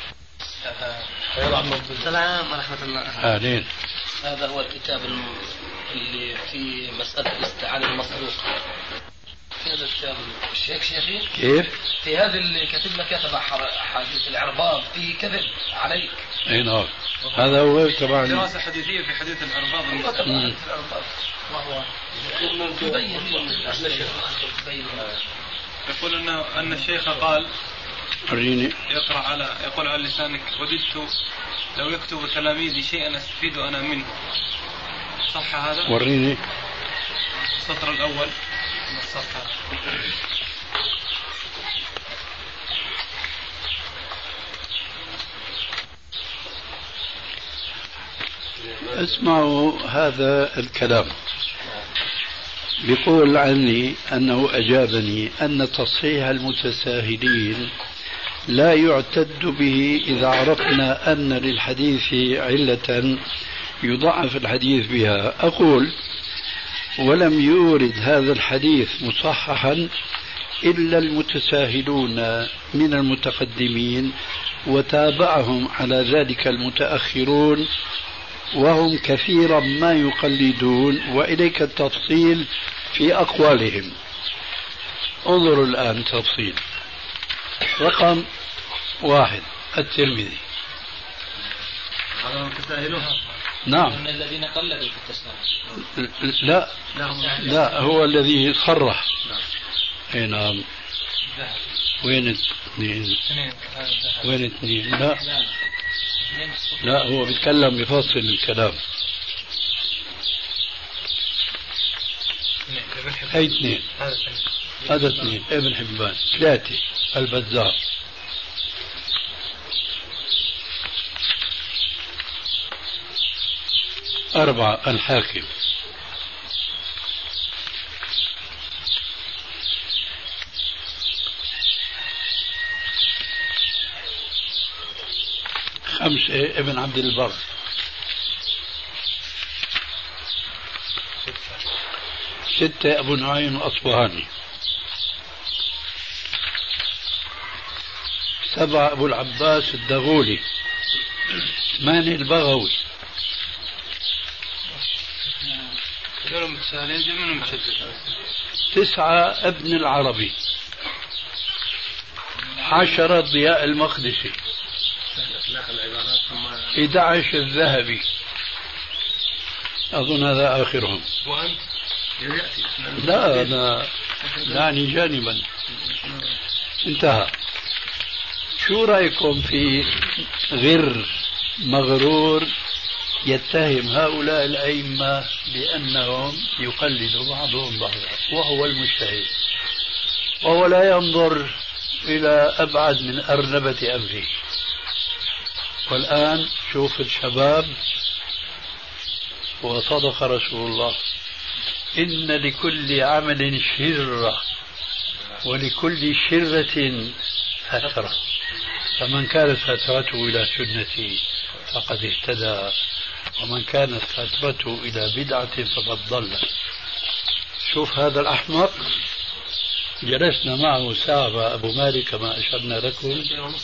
S4: السلام ورحمة الله.
S2: أهلين.
S4: هذا هو الكتاب اللي في مسألة الاستعانة المصروف. في هذا الكتاب الشيخ شيخي
S2: كيف؟
S4: في هذا اللي كتب لك تبع حديث العرباض في كذب عليك.
S2: اي نعم، هذا هو تبع
S6: دراسة حديثية في حديث العرباض.
S4: وهو يبين
S6: يقول انه ان الشيخ قال
S2: وريني
S6: يقرأ على يقول على لسانك وددت لو يكتب تلاميذي شيئا استفيد انا منه. صح هذا؟
S2: وريني
S6: السطر الاول من الصفحة.
S2: اسمعوا هذا الكلام. بيقول عني أنه أجابني أن تصحيح المتساهلين لا يعتد به إذا عرفنا أن للحديث علة يضعف الحديث بها. أقول ولم يورد هذا الحديث مصححا إلا المتساهلون من المتقدمين وتابعهم على ذلك المتأخرون وهم كثيرا ما يقلدون، وإليك التفصيل في أقوالهم. انظروا الآن تفصيل. رقم واحد الترمذي. نعم.
S4: من الذين قلدوا في التساهل.
S2: لا لا هو الذي صرح. اي نعم. وين اثنين؟ وين اثنين؟ لا لا هو بيتكلم بفصل الكلام. هاي اثنين، هذا اثنين ابن حبان. ثلاثة البزار. أربعة الحاكم. خمسة ابن عبد البر. ستة أبو نعيم الأصبهاني. سبعة أبو العباس الدغولي. ثمانية البغوي. تسعة ابن العربي. عشرة ضياء المقدسي. إحدى عشر الذهبي. أظن هذا آخرهم. لا أنا دعني جانبا. انتهى. شو رأيكم في غر مغرور يتهم هؤلاء الأئمة بأنهم يقلدوا بعضهم بعضا وهو المجتهد، وهو لا ينظر إلى أبعد من أرنبة أمره. والآن شوف الشباب، وصدق رسول الله إن لكل عمل شرة ولكل شرة فترة، فمن كانت فترته إلى سنتي فقد اهتدى ومن كانت فترته إلى بدعة فقد ضل. شوف هذا الأحمق، جلسنا معه ساعة أبو مالك كما أشرنا لكم.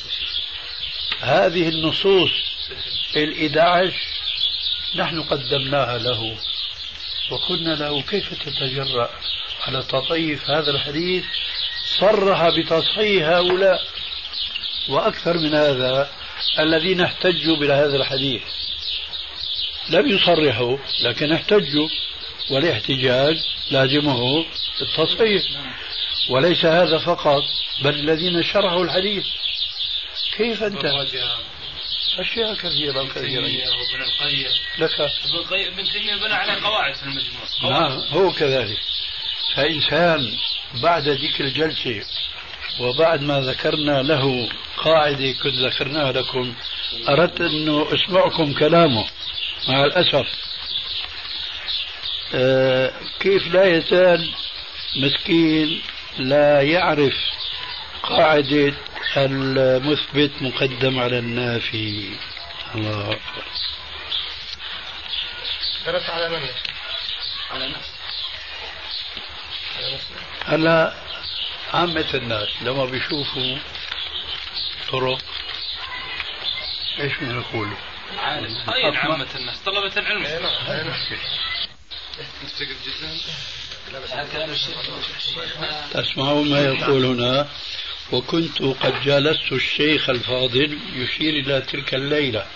S2: هذه النصوص الإدعاش نحن قدمناها له وقلنا له كيف تتجرأ على تضعيف هذا الحديث؟ صرح بتصحيح هؤلاء، وأكثر من هذا الذين احتجوا بهذا الحديث لم يصرحوا لكن احتجوا، والاحتجاج لازمه التصحيح. وليس هذا فقط، بل الذين شرحوا الحديث. كيف أنت؟ أشياء كثيرة كثيرة.
S6: ابن القيم
S2: لك
S6: ابن تيمية بنى على قواعد في المجموع.
S2: نعم هو كذلك. فإنسان بعد ذيك الجلسة وبعد ما ذكرنا له قاعدة كنت ذكرناها لكم أردت أنه أسمعكم كلامه. مع الأسف أه كيف لا يزال مسكين لا يعرف قاعدة المثبت مقدم على النافي. الله أكبر.
S5: درس على من؟
S4: على نفسه.
S2: هلا عامة الناس لما بيشوفوا طرق ايش بدهم يقولوا؟
S6: عالم. أين عامة الناس؟ طلبة العلم.
S2: تسمعون ما يقول هنا؟ وكنت قد جالست الشيخ الفاضل يشير إلى تلك الليلة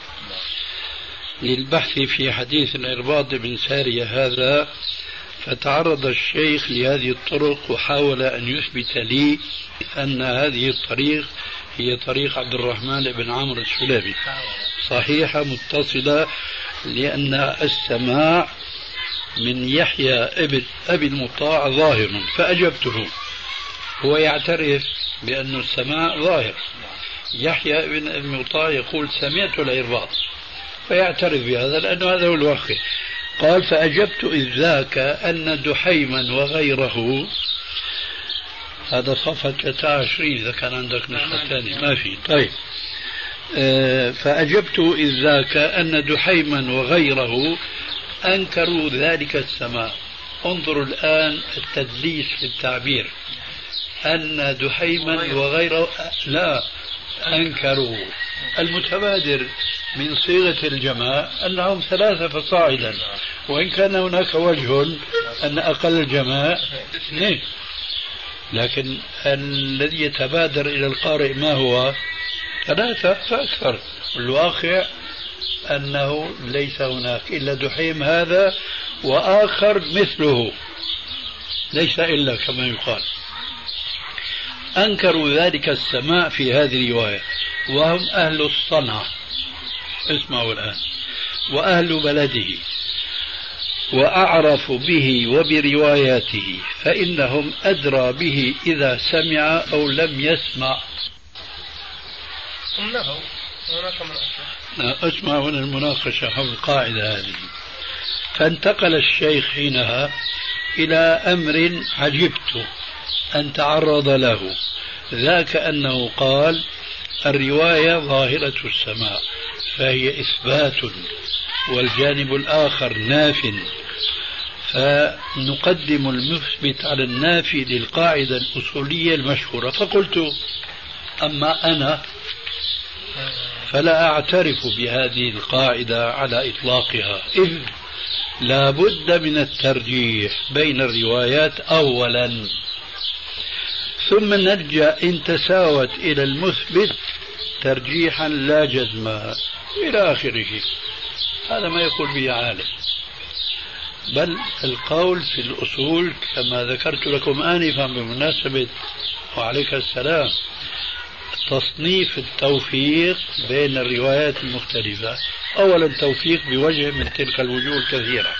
S2: للبحث في حديث الإرباض بن سارية هذا، فتعرض الشيخ لهذه الطرق وحاول أن يثبت لي أن هذه الطريق هي طريق عبد الرحمن بن عمرو السلمي صحيحة متصلة، لأن السماع من يحيى ابن أبي المطاع ظاهر. فأجبته، هو يعترف بأن السماع ظاهر. يحيى ابن أبي المطاع يقول سمعت الإرباض، فيعترف بهذا لأنه هذا هو الواقع. قال فأجبت إذ ذاك أن دحيما وغيره، هذا صفحة ثلاثة وعشرين إذا كان عندك نسخة ثانية ما في. طيب أه فأجبت إذ ذاك أن دحيما وغيره أنكروا ذلك السماع. انظروا الآن التدليس في التعبير، أن دحيما وغيره لا أنكروا. المتبادر من صيغة الجماع أنهم ثلاثة فصاعدا، وإن كان هناك وجه أن أقل الجماع اثنين، لكن الذي يتبادر إلى القارئ ما هو؟ ثلاثة فأكثر. الواقع أنه ليس هناك إلا دحيم هذا وآخر مثله، ليس إلا كما يقال. أنكروا ذلك السماع في هذه الرواية، وهم أهل الصنعة، اسمعوا الآن، وأهل بلده، وأعرف به وبرواياته، فإنهم أدرى به إذا سمع أو لم يسمع. اسمع هنا المناقشة حول القاعدة هذه. فانتقل الشيخ حينها إلى أمر عجبت أن تعرض له، ذاك أنه قال الرواية ظاهرة السماع فهي إثبات والجانب الآخر ناف، فنقدم المثبت على النافي للقاعدة الأصولية المشهورة. فقلت أما أنا فلا أعترف بهذه القاعدة على إطلاقها، إذ لا بد من الترجيح بين الروايات أولا، ثم نرجع إن تساوت إلى المثبت ترجيحا لا جزما إلى آخره. هذا ما يقول به عالم، بل القول في الأصول كما ذكرت لكم آنفا بمناسبة وعليك السلام تصنيف التوفيق بين الروايات المختلفة. أولا توفيق بوجه من تلك الوجوه الكثيرة،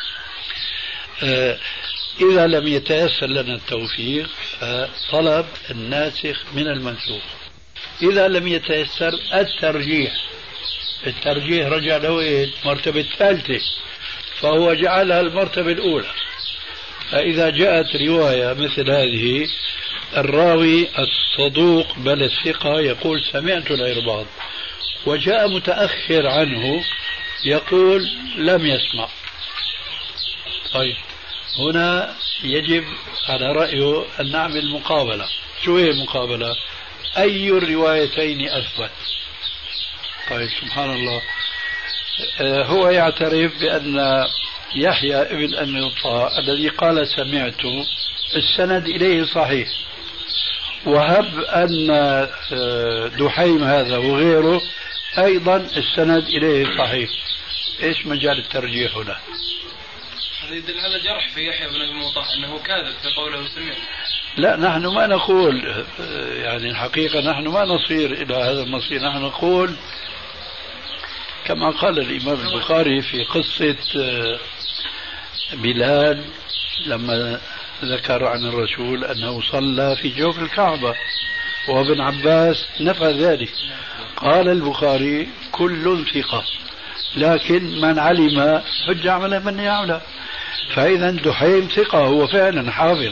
S2: إذا لم يتيسر لنا التوفيق فطلب الناسخ من المنسوخ، إذا لم يتيسر الترجيح. الترجيح رجع له إيه؟ المرتبة الثالثة، فهو جعلها المرتبة الأولى. فإذا جاءت رواية مثل هذه الراوي الصدوق بل الثقة يقول سمعت الإرباض، وجاء متأخر عنه يقول لم يسمع، طيب هنا يجب على رأيه أن نعمل مقابلة. شو هي المقابلة؟ أي الروايتين أثبت؟ طيب سبحان الله، آه هو يعترف بأن يحيى ابن أبي الطاء الذي قال سمعت السند إليه صحيح، وهب أن دحيم هذا وغيره أيضا السند إليه صحيح. إيش مجال الترجيح هنا؟
S6: هذا يدل على جرح في يحيى بن أبي المطاع أنه كاذب في قوله سمعت.
S2: لا نحن ما نقول، يعني الحقيقة نحن ما نصير إلى هذا المصير، نحن نقول كما قال الإمام البخاري في قصة بلال لما ذكر عن الرسول أنه صلى في جوف الكعبة، وابن عباس نفى ذلك. قال البخاري كل ثقة، لكن من علم حج عمل من يعلم. فإذا دحيم ثقة، هو فعلا حافظ،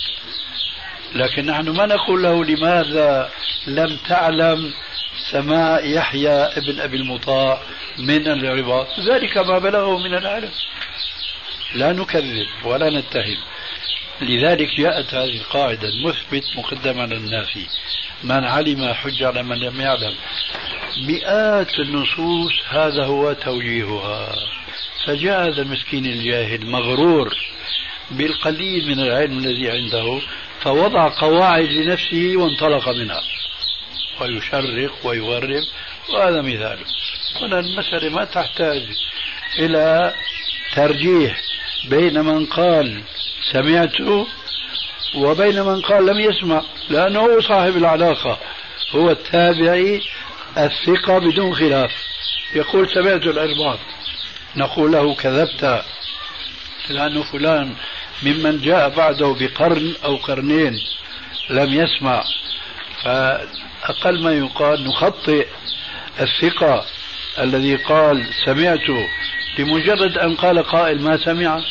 S2: لكن نحن ما نقول له لماذا لم تعلم سماع يحيى ابن أبي المطاع من الرباط، ذلك ما بلغه من العلم. لا نكذب ولا نتهم. لذلك جاءت هذه القاعدة المثبت مقدما على النافي، من علم حج على من لم يعلم. مئات النصوص هذا هو توجيهها. فجاء هذا المسكين الجاهل مغرور بالقليل من العلم الذي عنده، فوضع قواعد لنفسه وانطلق منها ويشرق ويغرب، وهذا مثاله. هنا المسألة ما تحتاج إلى ترجيح بين من قال سمعت وبين من قال لم يسمع، لأنه صاحب العلاقة، هو التابعي الثقة بدون خلاف. يقول سمعت الأربعة، نقول له كذبت، لأنه فلان ممن جاء بعده بقرن أو قرنين لم يسمع. فأقل ما يقال نخطئ الثقة الذي قال سمعت لمجرد أن قال قائل ما سمع.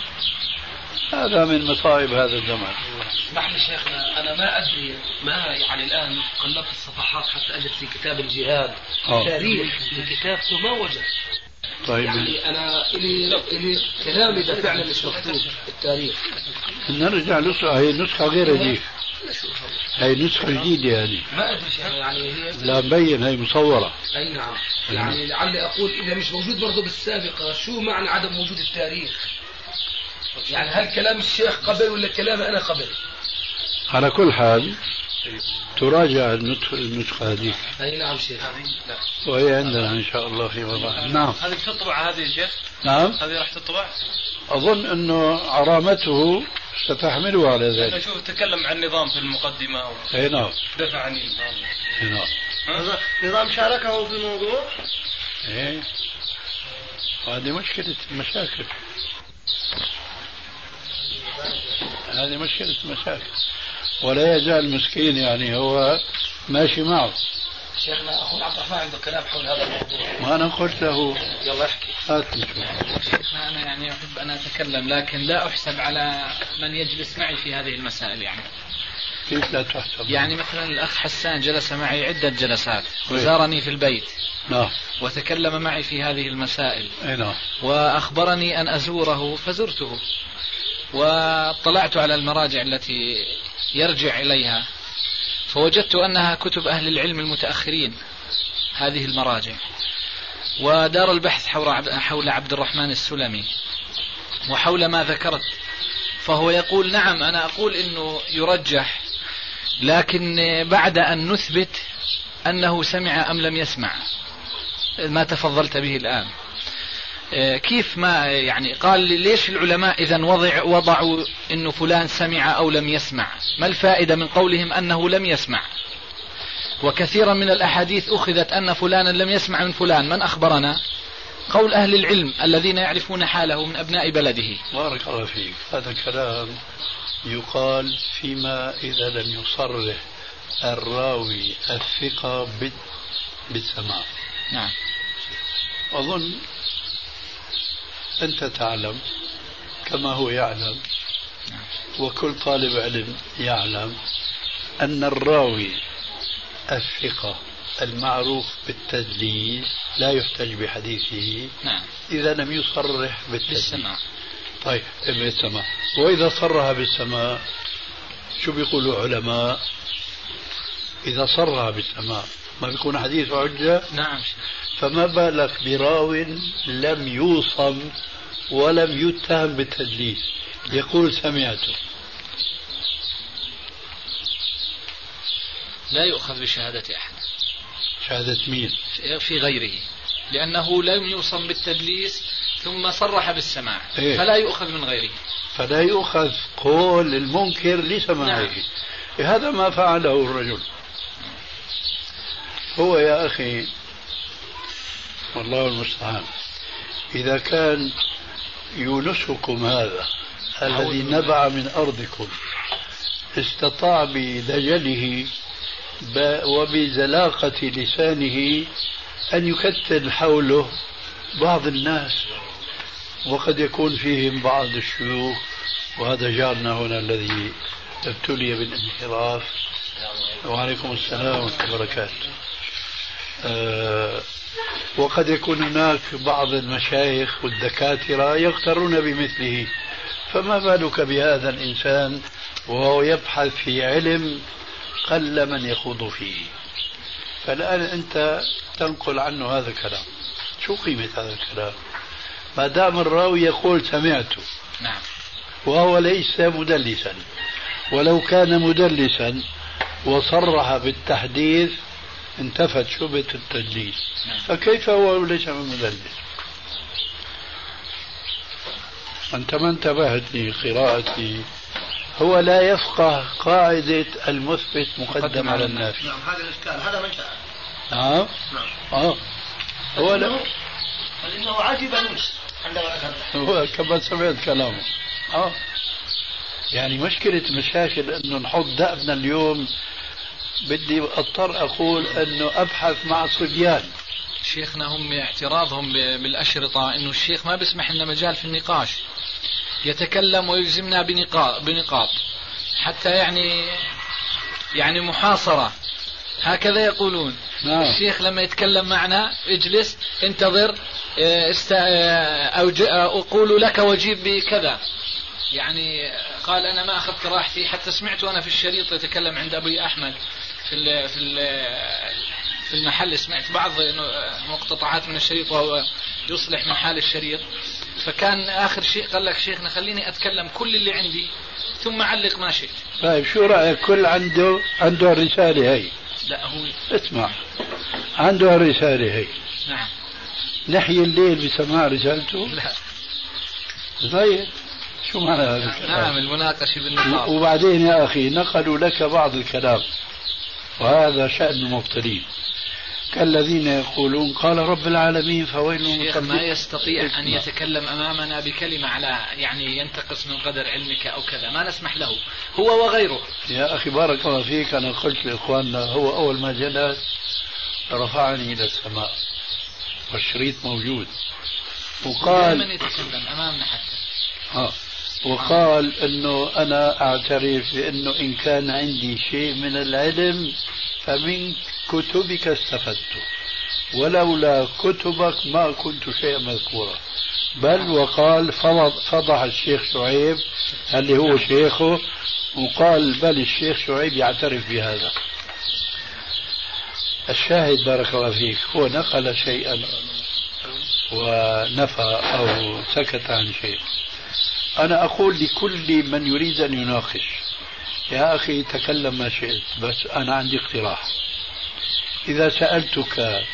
S2: هذا من مصائب هذا الزمان.
S4: اسمح لي شيخنا، أنا ما أدري، ما يعني الآن قلبت الصفحات حتى أجد في كتاب الجهاد أوه. تاريخ لكتابته ما وجد.
S2: طيب
S4: يعني أنا إلي, إلي كلامي ده فعلا مش مكتوب التاريخ.
S2: نرجع نسخة، هي نسخة غير هذه، هي نسخة جديدة هذه.
S4: ما أدري شيخنا يعني هي
S2: لا مبين، هي مصورة.
S4: أي نعم. يعني لعلي أقول إذا مش موجود برضه بالسابقة، شو معنى عدم وجود التاريخ؟ يعني هل كلام الشيخ قبل ولا كلامي أنا قبل؟
S2: على كل حال تراجع النسخة هذه.
S4: أي نعم شيخ.
S2: وهي عندنا إن شاء الله في وضعها. نعم.
S6: هذه تطبع هذه الشيخ؟
S2: نعم.
S6: هذه راح تطبع؟
S2: أظن أنه عرامته ستحمله على ذلك.
S6: أنا شوف تكلم عن النظام في المقدمة.
S2: أي نعم.
S6: دفع عن النظام.
S2: أي نعم.
S5: هذا نظام شاركه في الموضوع.
S2: إيه. هذه مشكلة المشاكل. هذه مشكلة المشاكل، ولا يزال مسكين يعني هو ماشي معه.
S4: شيخنا أخونا عبد الرحمن عنده كلام حول هذا الموضوع.
S2: ما أنا قلت له
S4: يلا احكي.
S2: هات نشوف.
S7: شيخنا أنا يعني أحب أن أتكلم، لكن لا أحسب على من يجلس معي في هذه المسائل. يعني
S2: كيف لا تحسب؟
S7: يعني مثلا الأخ حسان جلس معي عدة جلسات وزارني في البيت.
S2: نعم.
S7: وتكلم معي في هذه المسائل.
S2: أي نعم.
S7: وأخبرني أن أزوره فزرته، واطلعت على المراجع التي يرجع إليها، فوجدت أنها كتب أهل العلم المتأخرين هذه المراجع. ودار البحث حول عبد الرحمن السلمي وحول ما ذكرت، فهو يقول نعم أنا أقول إنه يرجح، لكن بعد أن نثبت أنه سمع أم لم يسمع، ما تفضلت به الآن. كيف ما يعني قال ليش العلماء إذن وضع وضعوا إنه فلان سمع أو لم يسمع؟ ما الفائدة من قولهم أنه لم يسمع؟ وكثيرا من الأحاديث أخذت أن فلانا لم يسمع من فلان. من أخبرنا؟ قول أهل العلم الذين يعرفون حاله من أبناء بلده.
S2: بارك الله فيك. هذا الكلام يقال فيما إذا لم يصرح الراوي الثقة بالسماع.
S7: نعم.
S2: أظن أنت تعلم كما هو يعلم، وكل طالب علم يعلم أن الراوي الثقة المعروف بالتدليس لا يحتج بحديثه
S7: نعم.
S2: إذا لم يصرح
S7: بالسماع.
S2: طيب بالسماع. وإذا صرح بالسماع شو بيقولوا علماء؟ إذا صرح بالسماع ما بيكون حديث حجة؟
S7: نعم.
S2: فما بالك براو لم يوصم ولم يتهم بالتدليس يقول سمعته؟
S7: لا يؤخذ بشهادة أحد.
S2: شهادة مين؟
S7: في غيره، لأنه لم يوصم بالتدليس ثم صرح بالسماع.
S2: إيه؟
S7: فلا يؤخذ من غيره،
S2: فلا يؤخذ قول المنكر لسماعه. نعم. هذا ما فعله الرجل. هو يا أخي والله المستعان، إذا كان يونسكم هذا الذي نبع من أرضكم استطاع بدجله وبزلاقة لسانه أن يكتل حوله بعض الناس، وقد يكون فيهم بعض الشيوخ، وهذا جارنا هنا الذي ابتلي بالانحراف. وعليكم السلام ورحمة الله وبركاته. أه وقد يكون هناك بعض المشايخ والدكاترة يغترون بمثله، فما بالك بهذا الإنسان وهو يبحث في علم قل من يخوض فيه. فالآن أنت تنقل عنه هذا الكلام، شو قيمة هذا الكلام ما دام الراوي يقول سمعته؟
S7: نعم.
S2: وهو ليس مدلسا، ولو كان مدلسا وصرح بالتحديث انتفت شبهة التدليس. نعم. فكيف هو ليس مدلس؟ أنت ما انتبهت لقراءتي. هو لا يفقه قاعدة المثبت مقدم على النافي.
S5: نعم هذا الإشكال، هذا من شاء.
S2: نعم. آه. هو لا.
S5: لأنه عجب نمس عندما
S2: هو كما سمعت كلامه. آه. يعني مشكلة مشاكل أنه نحط دأبنا اليوم، بدي أضطر أقول أنه أبحث مع صبيان.
S7: شيخنا هم اعتراضهم بالأشرطة أنه الشيخ ما بيسمح لنا مجال في النقاش، يتكلم ويلزمنا بنقاط بنقاط حتى يعني يعني محاصرة هكذا يقولون. نعم. الشيخ لما يتكلم معنا اجلس انتظر است... أو أقول لك وجيب بكذا، يعني قال أنا ما أخذت راحتي. حتى سمعت أنا في الشريط يتكلم عند أبي أحمد في ال... في ال... في المحل، سمعت بعض مقتطعات من الشريط وهو يصلح من حال الشريط، فكان آخر شيء قال لك شيخنا خليني أتكلم كل اللي عندي ثم علق ما شئت.
S2: طيب شو رأيك؟ كل عنده عنده الرسالة هي.
S7: لا هو
S2: اسمع، عنده الرسالة هي.
S7: نعم.
S2: نحيي الليل بسماع رسالته.
S7: لا.
S2: طيب شو معنى هذا الكلام؟
S7: نعم المناقشة بالنقاط.
S2: وبعدين يا أخي نقلوا لك بعض الكلام، وهذا شأن المبتلين كالذين يقولون قال رب العالمين فويل
S7: الشيخ ما يستطيع أن يتكلم أمامنا بكلمة على يعني ينتقص من قدر علمك أو كذا، ما نسمح له هو وغيره.
S2: يا أخي بارك الله فيك، أنا قلت لإخواننا هو أول ما جلس رفعني إلى السماء والشريط موجود، وقال
S7: من يتكلم أمامنا حتى
S2: آه. وقال أنه أنا أعترف بأنه إن كان عندي شيء من العلم فمن كتبك استفدت، ولولا كتبك ما كنت شيئا مذكورا. بل وقال فضح الشيخ شعيب اللي هو شيخه، وقال بل الشيخ شعيب يعترف بهذا. الشاهد بارك الله فيك هو نقل شيئا ونفى أو سكت عن شيء. أنا أقول لكل من يريد أن يناقش يا أخي تكلم ما شئت، بس أنا عندي اقتراح. إذا سألتك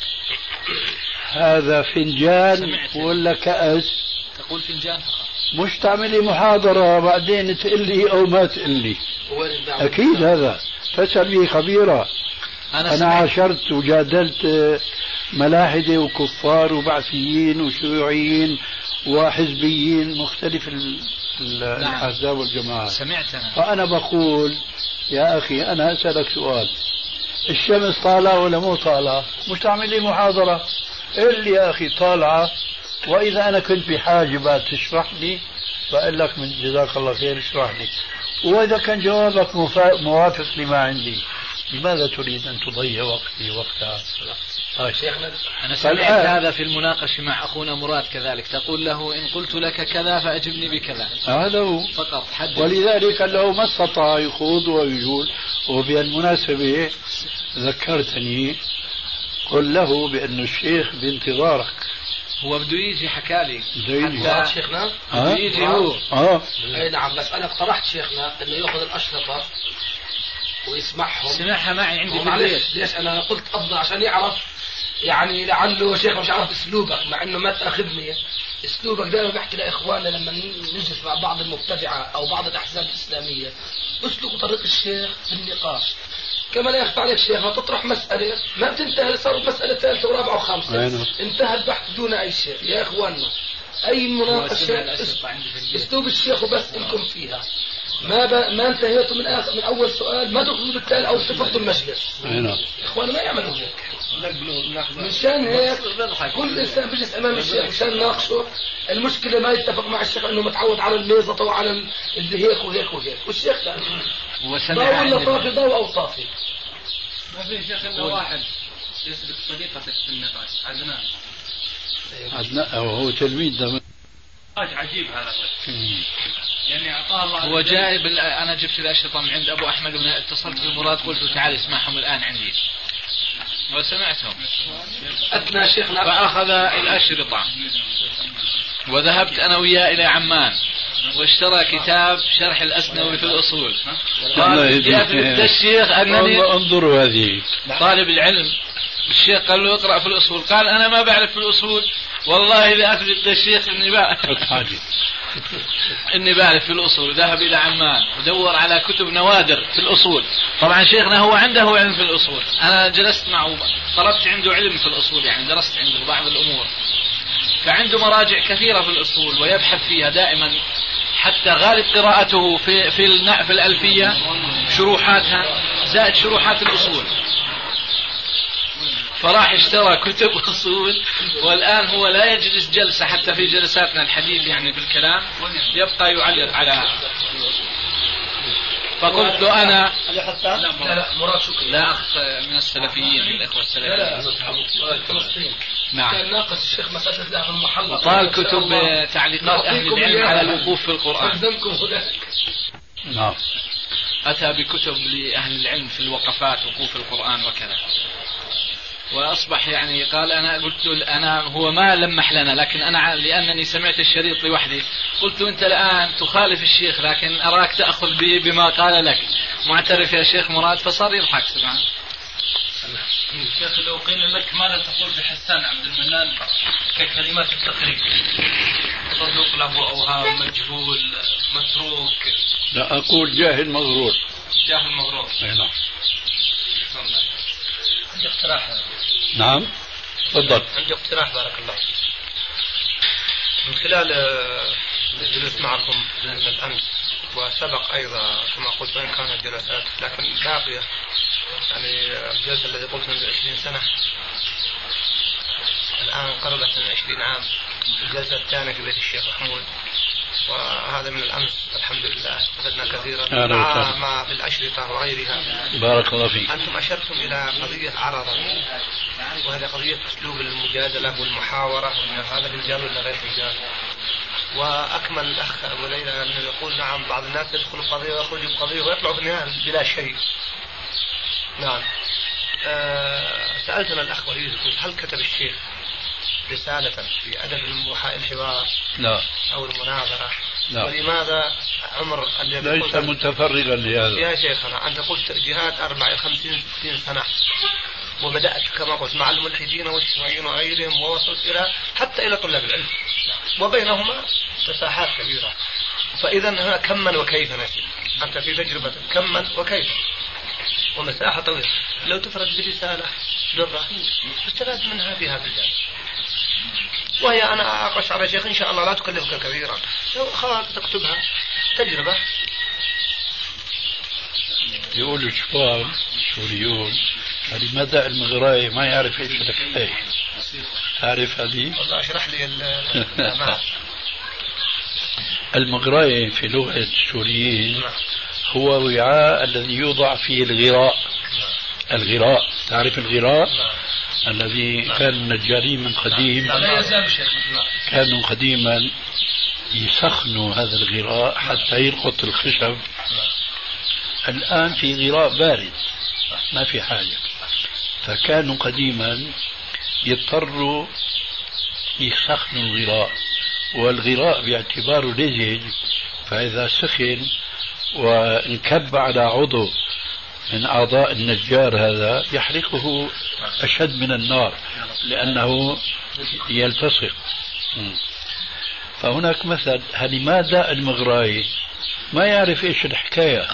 S2: هذا فنجان ولا كأس
S7: تقول فنجان فقط،
S2: مش تعملي محاضرة بعدين تقول لي أو ما تقول لي. أكيد هذا فاسأل به خبيرة. أنا, أنا عاشرت وجادلت ملاحدة وكفار وبعثيين وشيوعيين وحزبيين مختلف الأحزاب والجماعات.
S7: سمعتنا.
S2: فأنا بقول يا أخي أنا أسألك سؤال، الشمس طالعة ولا مو طالعة؟ مش تعمل لي محاضرة، قل لي يا أخي طالعة، وإذا أنا كنت بحاجة بعد تشرح لي بقول لك من جزاك الله خير اشرح لي، وإذا كان جوابك موافق لما عندي لماذا تريد أن تضيع وقتي وقتها؟
S7: شيخنا أنا سمعت هذا في المناقشة مع أخونا مراد كذلك، تقول له إن قلت لك كذا فأجبني بكذا.
S2: هذا هو
S7: فقط حدث.
S2: ولذلك له ما استطاع يخوض ويجول. وبالمناسبة ذكرتني قل له بأن الشيخ بانتظارك.
S7: هو بده يجي حكالي
S4: حتى شيخنا
S7: بده يجي هو.
S2: اه
S4: اي نعم، بس انا اقترحت شيخنا انه ياخذ الاشرطه ويسمعهم.
S7: سمعها معي عندي في
S4: البيت. ليش انا قلت افضل عشان يعرف، يعني لعله شيخ مش عارف اسلوبك، مع انه ما تاخذني اسلوبك دائما بحكي لاخواننا لما نجلس مع بعض المبتدعه او بعض الاحزاب الاسلاميه، اسلكوا طريق الشيخ في النقاش. كما لا يخفى عليك شيخ، ما تطرح مسألة ما بتنتهي، صارت مسألة ثالثة ورابعة وخامسة، انتهى البحث دون أي شيء. يا إخواننا أي مناقشة أسلوب الشيخ وبس إنكم فيها ما ب... ما انتهيتوا من آخر من أول سؤال ما تدخلوا بالتالي أو تفضوا المجلس. إخوان ما يعملوا هيك. مشان هيك كل إنسان بيجلس أمام الشيخ مشان ناقشه المشكلة ما يتفق مع الشيخ إنه متعود على الميزة أو على اللي هيك وهيك وهيك والشيخ لا ضوء ولا طافي ضوء أو طافي.
S8: ما في شيخ إلا واحد يسبق صديقتك في النقاش عدنان.
S2: عدنان هو تلميذ ده
S6: عجيب هذا يعني أعطاه الله.
S7: هو جاء بال... أنا جبت الأشرطة من عند أبو أحمد من اتصلت بمراد قلت له تعال اسمعهم الآن عندي وسمعتهم
S4: أثنى شيخنا
S7: فأخذ الأشرطة وذهبت أنا وياه إلى عمان واشترى كتاب شرح الأسنوي في الأصول. قال يثبت الشيخ أنني
S2: انظروا هذه
S7: طالب العلم. الشيخ قال له اقرأ في الأصول قال أنا ما بعرف في الأصول والله إذا أثبت الشيخ إني بعرف إني بعرف في الأصول. ذهب إلى عمان ودور على كتب نوادر في الأصول. طبعا شيخنا هو عنده علم في الأصول أنا جلست معه طلبت عنده علم في الأصول يعني درست عنده بعض الأمور فعنده مراجع كثيرة في الأصول ويبحث فيها دائما حتى غالب قراءته في في في الألفية شروحاتها زائد شروحات الأصول. فراح اشترى كتب أصول والآن هو لا يجلس جلسة حتى في جلساتنا الحديث يعني في الكلام يبقى يعلق على هذا. فقلت له أنا
S4: لا لا مراد شكري
S7: لا أخ من السلفيين الإخوة السلفيين نعم
S4: كان ناقص الشيخ مسألة ذهب المحلة
S7: قال كتب تعليقات أهل العلم على الوقوف في القرآن.
S2: نعم
S7: أتى بكتب لأهل العلم في الوقفات وقوف القرآن وكذا وأصبح يعني قال أنا قلت له أنا هو ما لمح لنا لكن أنا لأنني سمعت الشريط لوحدي قلت أنت الآن تخالف الشيخ لكن أراك تأخذ به بما قال لك معترف يا شيخ مراد. فصار يضحك سبحان
S6: الشيخ لو قيل لك ماذا تقول في حسان عبد المنان ككلمات التقريب صدوق له أوهام مجهول متروك.
S2: لا أقول جاهل مغرور.
S6: جاهل مغرور.
S2: نعم.
S5: عندي اقتراح.
S2: نعم تفضل.
S5: عندي اقتراح بارك الله. من خلال الجلوس معكم من الأمس وسبق أيضا كما قلت وإن كانت جلسات لكن باقية يعني الجلسة الذي قلت منذ عشرين سنة الآن قربت من عشرين عام. الجلسة الثانية في بيت الشيخ محمود وهذا من الأمس الحمد لله استفدنا كثيرا مع, مع بالأشرطة وغيرها.
S2: بارك الله فيك.
S5: أنتم أشرتم إلى قضية عرضا وهذه قضية أسلوب المجادلة والمحاورة هذا بالرجال ولا غير الرجال. وأكمل الأخ أبو ليلى أنه يقول نعم بعض الناس يدخلوا القضية ويخرجوا القضية ويطلعوا في النهاية بلا شيء. نعم. أه سألتنا الأخ وليد هل كتب الشيخ رسالة في أدب الحوار
S2: لا
S5: أو المناظرة
S2: لا.
S5: ولماذا عمر
S2: ليس متفرغا لهذا
S5: يا شيخنا أنت قلت جهاد أربع خمسين ستين سنة وبدأت كما قلت مع الملحدين والشيوعيين وغيرهم ووصلت إلى حتى إلى طلاب العلم وبينهما مساحات كبيرة. فإذا هنا كما وكيف نسي أنت في تجربة كما وكيف ومساحة طويلة لو تفرد برسالة درة استفاد منها في هذا الجانب. وهي أنا أقش على شيخ إن شاء الله لا تكلفك كثيرا لو خلاص تكتبها تجربة.
S2: يقولوا شباب سوريون لماذا المغراي ما يعرف ايش الحكاية تعرف هذه؟
S5: والله اشرح لي ال
S2: المغراي في لغة السوريين هو وعاء الذي يوضع فيه الغراء. الغراء تعرف الغراء الذي كان النجارين من قديم كانوا قديما يسخنوا هذا الغراء حتى يلقط الخشب. الآن في غراء بارد ما في حاجة فكانوا قديما يضطروا يسخنوا الغراء والغراء باعتباره لزج فإذا سخن وانكب على عضو من أعضاء النجار هذا يحرقه أشد من النار لأنه يلتصق. فهناك مثل لماذا المغراي ما يعرف إيش الحكاية.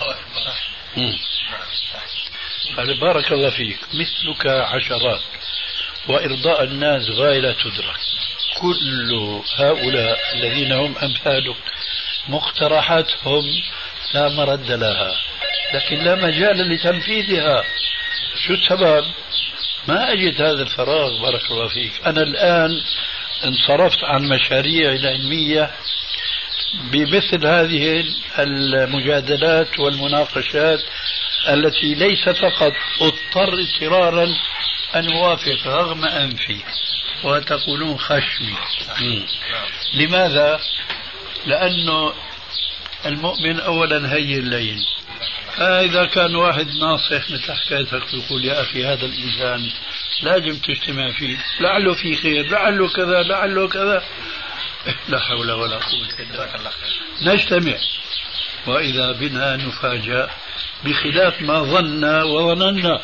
S2: قال بارك الله فيك مثلك عشرات وإرضاء الناس غاية لا تدرك. كل هؤلاء الذين هم أمثالك مقترحاتهم لا مرد لها، لكن لا مجال لتنفيذها. شو السبب؟ ما أجد هذا الفراغ. بارك الله فيك. أنا الآن انصرفت عن مشاريع العلمية بمثل هذه المجادلات والمناقشات التي ليس فقط اضطر اضطرارا أن أوافق رغم أنفي وتقولون خشمي. لماذا؟ لأنه المؤمن أولا هي الليل، فإذا كان واحد ناصح مثل حكايتك يقول يا أخي هذا الإنسان لازم تجتمع فيه، لعله في خير، لعله كذا، لعله كذا، لا حول ولا قوة إلا بالله، نجتمع وإذا بنا نفاجأ بخلاف ما ظننا وظننا،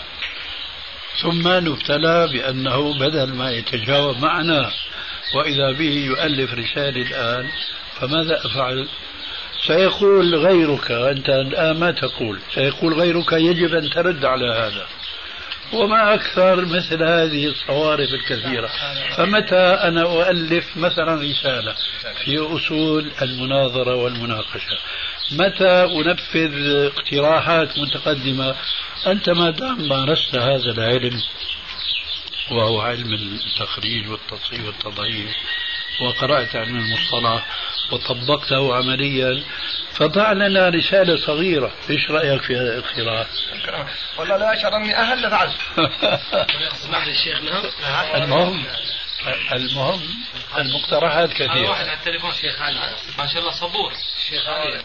S2: ثم نبتلى بأنه بدل ما يتجاوب معنا وإذا به يؤلف رسالة الآن، فماذا أفعل؟ سيقول غيرك، أنت الآن ما تقول، سيقول غيرك يجب أن ترد على هذا، وما أكثر مثل هذه الصوارف الكثيرة. فمتى أنا أؤلف مثلا رسالة في أصول المناظرة والمناقشة، متى أنفذ اقتراحات متقدمة، أنت ما دام مارست هذا العلم وهو علم التخريج والتصحيح والتضعيف، وقرأت علم المصطلح وطبقته عمليا، فضع لنا رسالة صغيرة. ايش رأيك في هذا الاقتراح؟
S5: والله لا أشعر أني أهل لفعل.
S4: اسمح لي شيخنا.
S2: المهم المهم المقترحات كثيرة.
S8: واحد على التليفون شيخ علي ما شاء الله صبور. شيخ علي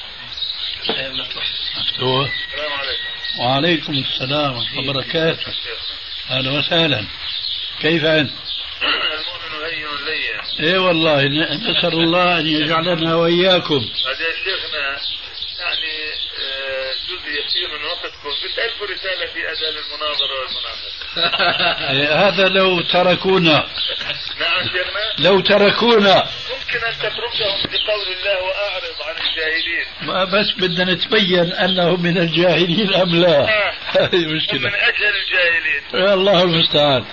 S2: مفتوح.
S3: السلام عليكم.
S2: وعليكم السلام ورحمة الله وبركاته. أهلا وسهلا. كيف أنت؟
S3: المؤمن هين لين.
S2: اي والله نسأل الله أن يجعلنا وإياكم.
S3: هذا يا شيخنا يعني جزء يسير من وقتكم بتألفوا رسالة في أداء المناظرة والمناقشة.
S2: هذا لو تركونا.
S3: نعم شيخنا.
S2: لو تركونا.
S3: ممكن أن تتركهم بقول الله وأعرض عن الجاهلين.
S2: ما بس بدنا نتبين أنهم من الجاهلين أم لا. هذه مشكلة.
S3: من أجهل الجاهلين.
S2: الله المستعان.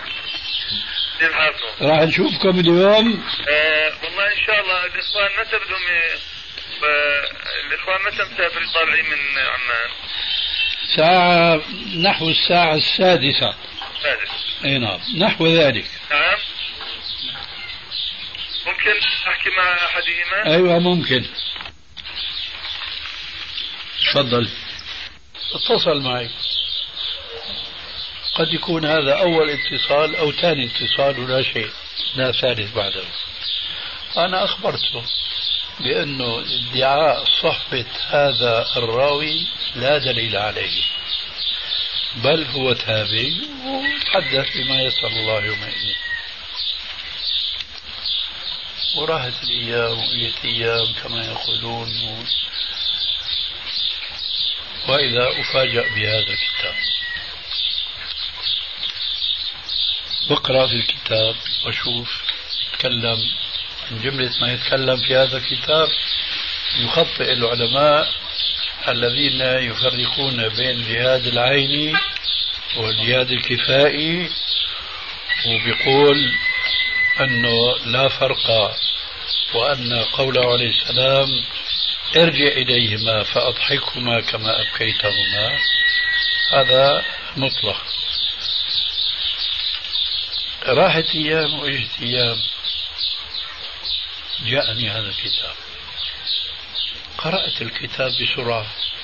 S2: راح نشوفكم اليوم.
S3: آه والله ان شاء الله الاخوان متى بدهم الاخوان متى مسافرين طالعين من عمان؟
S2: ساعة نحو الساعة السادسة.
S3: السادسة.
S2: اي نعم نحو ذلك.
S3: نعم. ممكن احكي مع احدهما؟
S2: ايوه ممكن. تفضل. اتصل معي. قد يكون هذا أول اتصال أو ثاني اتصال ولا شيء، لا ثالث بعده. أنا أخبرته بأنه ادعاء صحبة هذا الراوي لا دليل عليه، بل هو تابعي وتحدث بما يسأل الله يومئذ. وراحت الأيام وإيت أيام كما يقولون، وإذا أفاجأ بهذا الكتاب. واقرأ في الكتاب وشوف تكلم من جملة ما يتكلم في هذا الكتاب. يخطئ العلماء الذين يفرقون بين جهاد العين والجهاد الكفائي، وبيقول أنه لا فرق، وأن قوله عليه السلام ارجع إليهما فأضحكهما كما أبكيتهما، هذا مطلق. راحت أيام وإجت أيام، جاءني هذا الكتاب، قرأت الكتاب بسرعة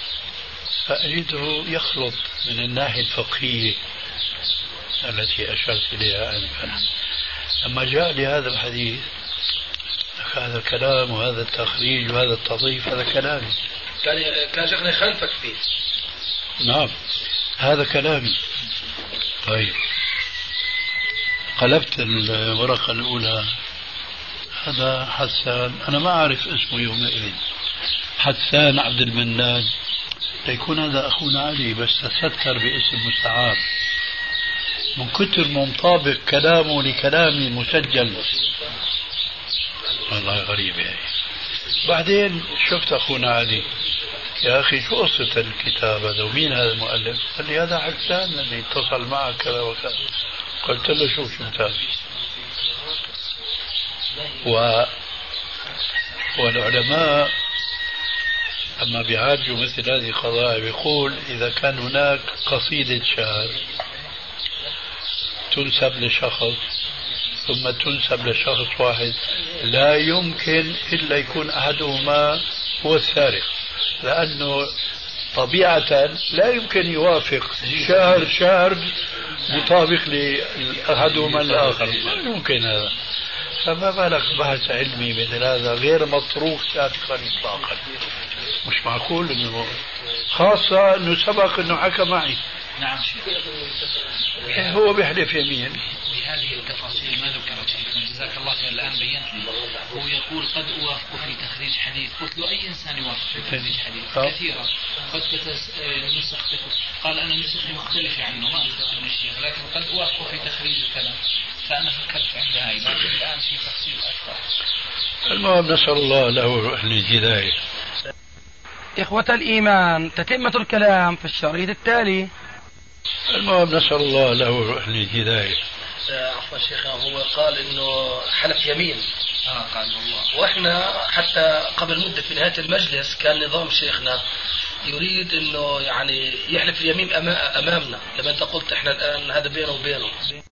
S2: فأجده يخلط من الناحية الفقهية التي أشرت إليها آنفا. لما جاء لي هذا الحديث، هذا الكلام وهذا التخريج وهذا التضييف هذا كلامي.
S4: كان كان شيخنا يخالفك فيه.
S2: نعم هذا كلامي. طيب قلبت الورقة الأولى، هذا حسان، أنا ما أعرف اسمه يومئذ، حسان عبد المنان، ليكون هذا أخونا علي، بس تستر باسم مستعار من كتر مطابق كلامه لكلامي مسجل. والله غريب يعني. بعدين شفت أخونا علي، يا أخي شو قصة الكتاب هذا ومين هذا المؤلف؟ قال لي هذا حسان الذي اتصل معك كذا وكذا. قلت له شوف شو متابع. و... والعلماء أما بيعالجوا مثل هذه القضايا بيقول إذا كان هناك قصيدة شعر تنسب لشخص ثم تنسب لشخص واحد لا يمكن إلا يكون أحدهما هو السارق، لأنه طبيعة لا يمكن يوافق شعر شعر مطابق لأحدهما الآخر، ما يمكن هذا. فما بالك بحث علمي مثل هذا غير مطروق سابقا إطلاقا، مش معقول إنه خاصة إنه سبق إنه حكى معي.
S7: نعم شيخ.
S2: هو بيحلف يمين.
S7: بهذه التفاصيل ما ذكرت شيخنا جزاك الله خير الآن بينت لي. هو يقول قد أوافق في تخريج حديث، قلت له أي إنسان يوافق في تخريج حديث؟ كثيرا. قد نسخ قال أنا نسخي مختلفة عنه ما أخذت من الشيخ، لكن قد أوافق في تخريج الكلام، فأنا فكرت عند هاي، لكن الآن في تفصيل أكثر.
S2: المهم نسأل الله له الهداية.
S1: إخوة الإيمان، تتمة الكلام في الشريط التالي.
S2: المهم نسأل الله له الهداية.
S4: عفوا شيخنا، هو قال انه حلف يمين.
S7: اه قال الله.
S4: واحنا حتى قبل مدة في نهاية المجلس كان نظام شيخنا يريد انه يعني يحلف اليمين امامنا، لما انت قلت احنا الان هذا بينه وبينه.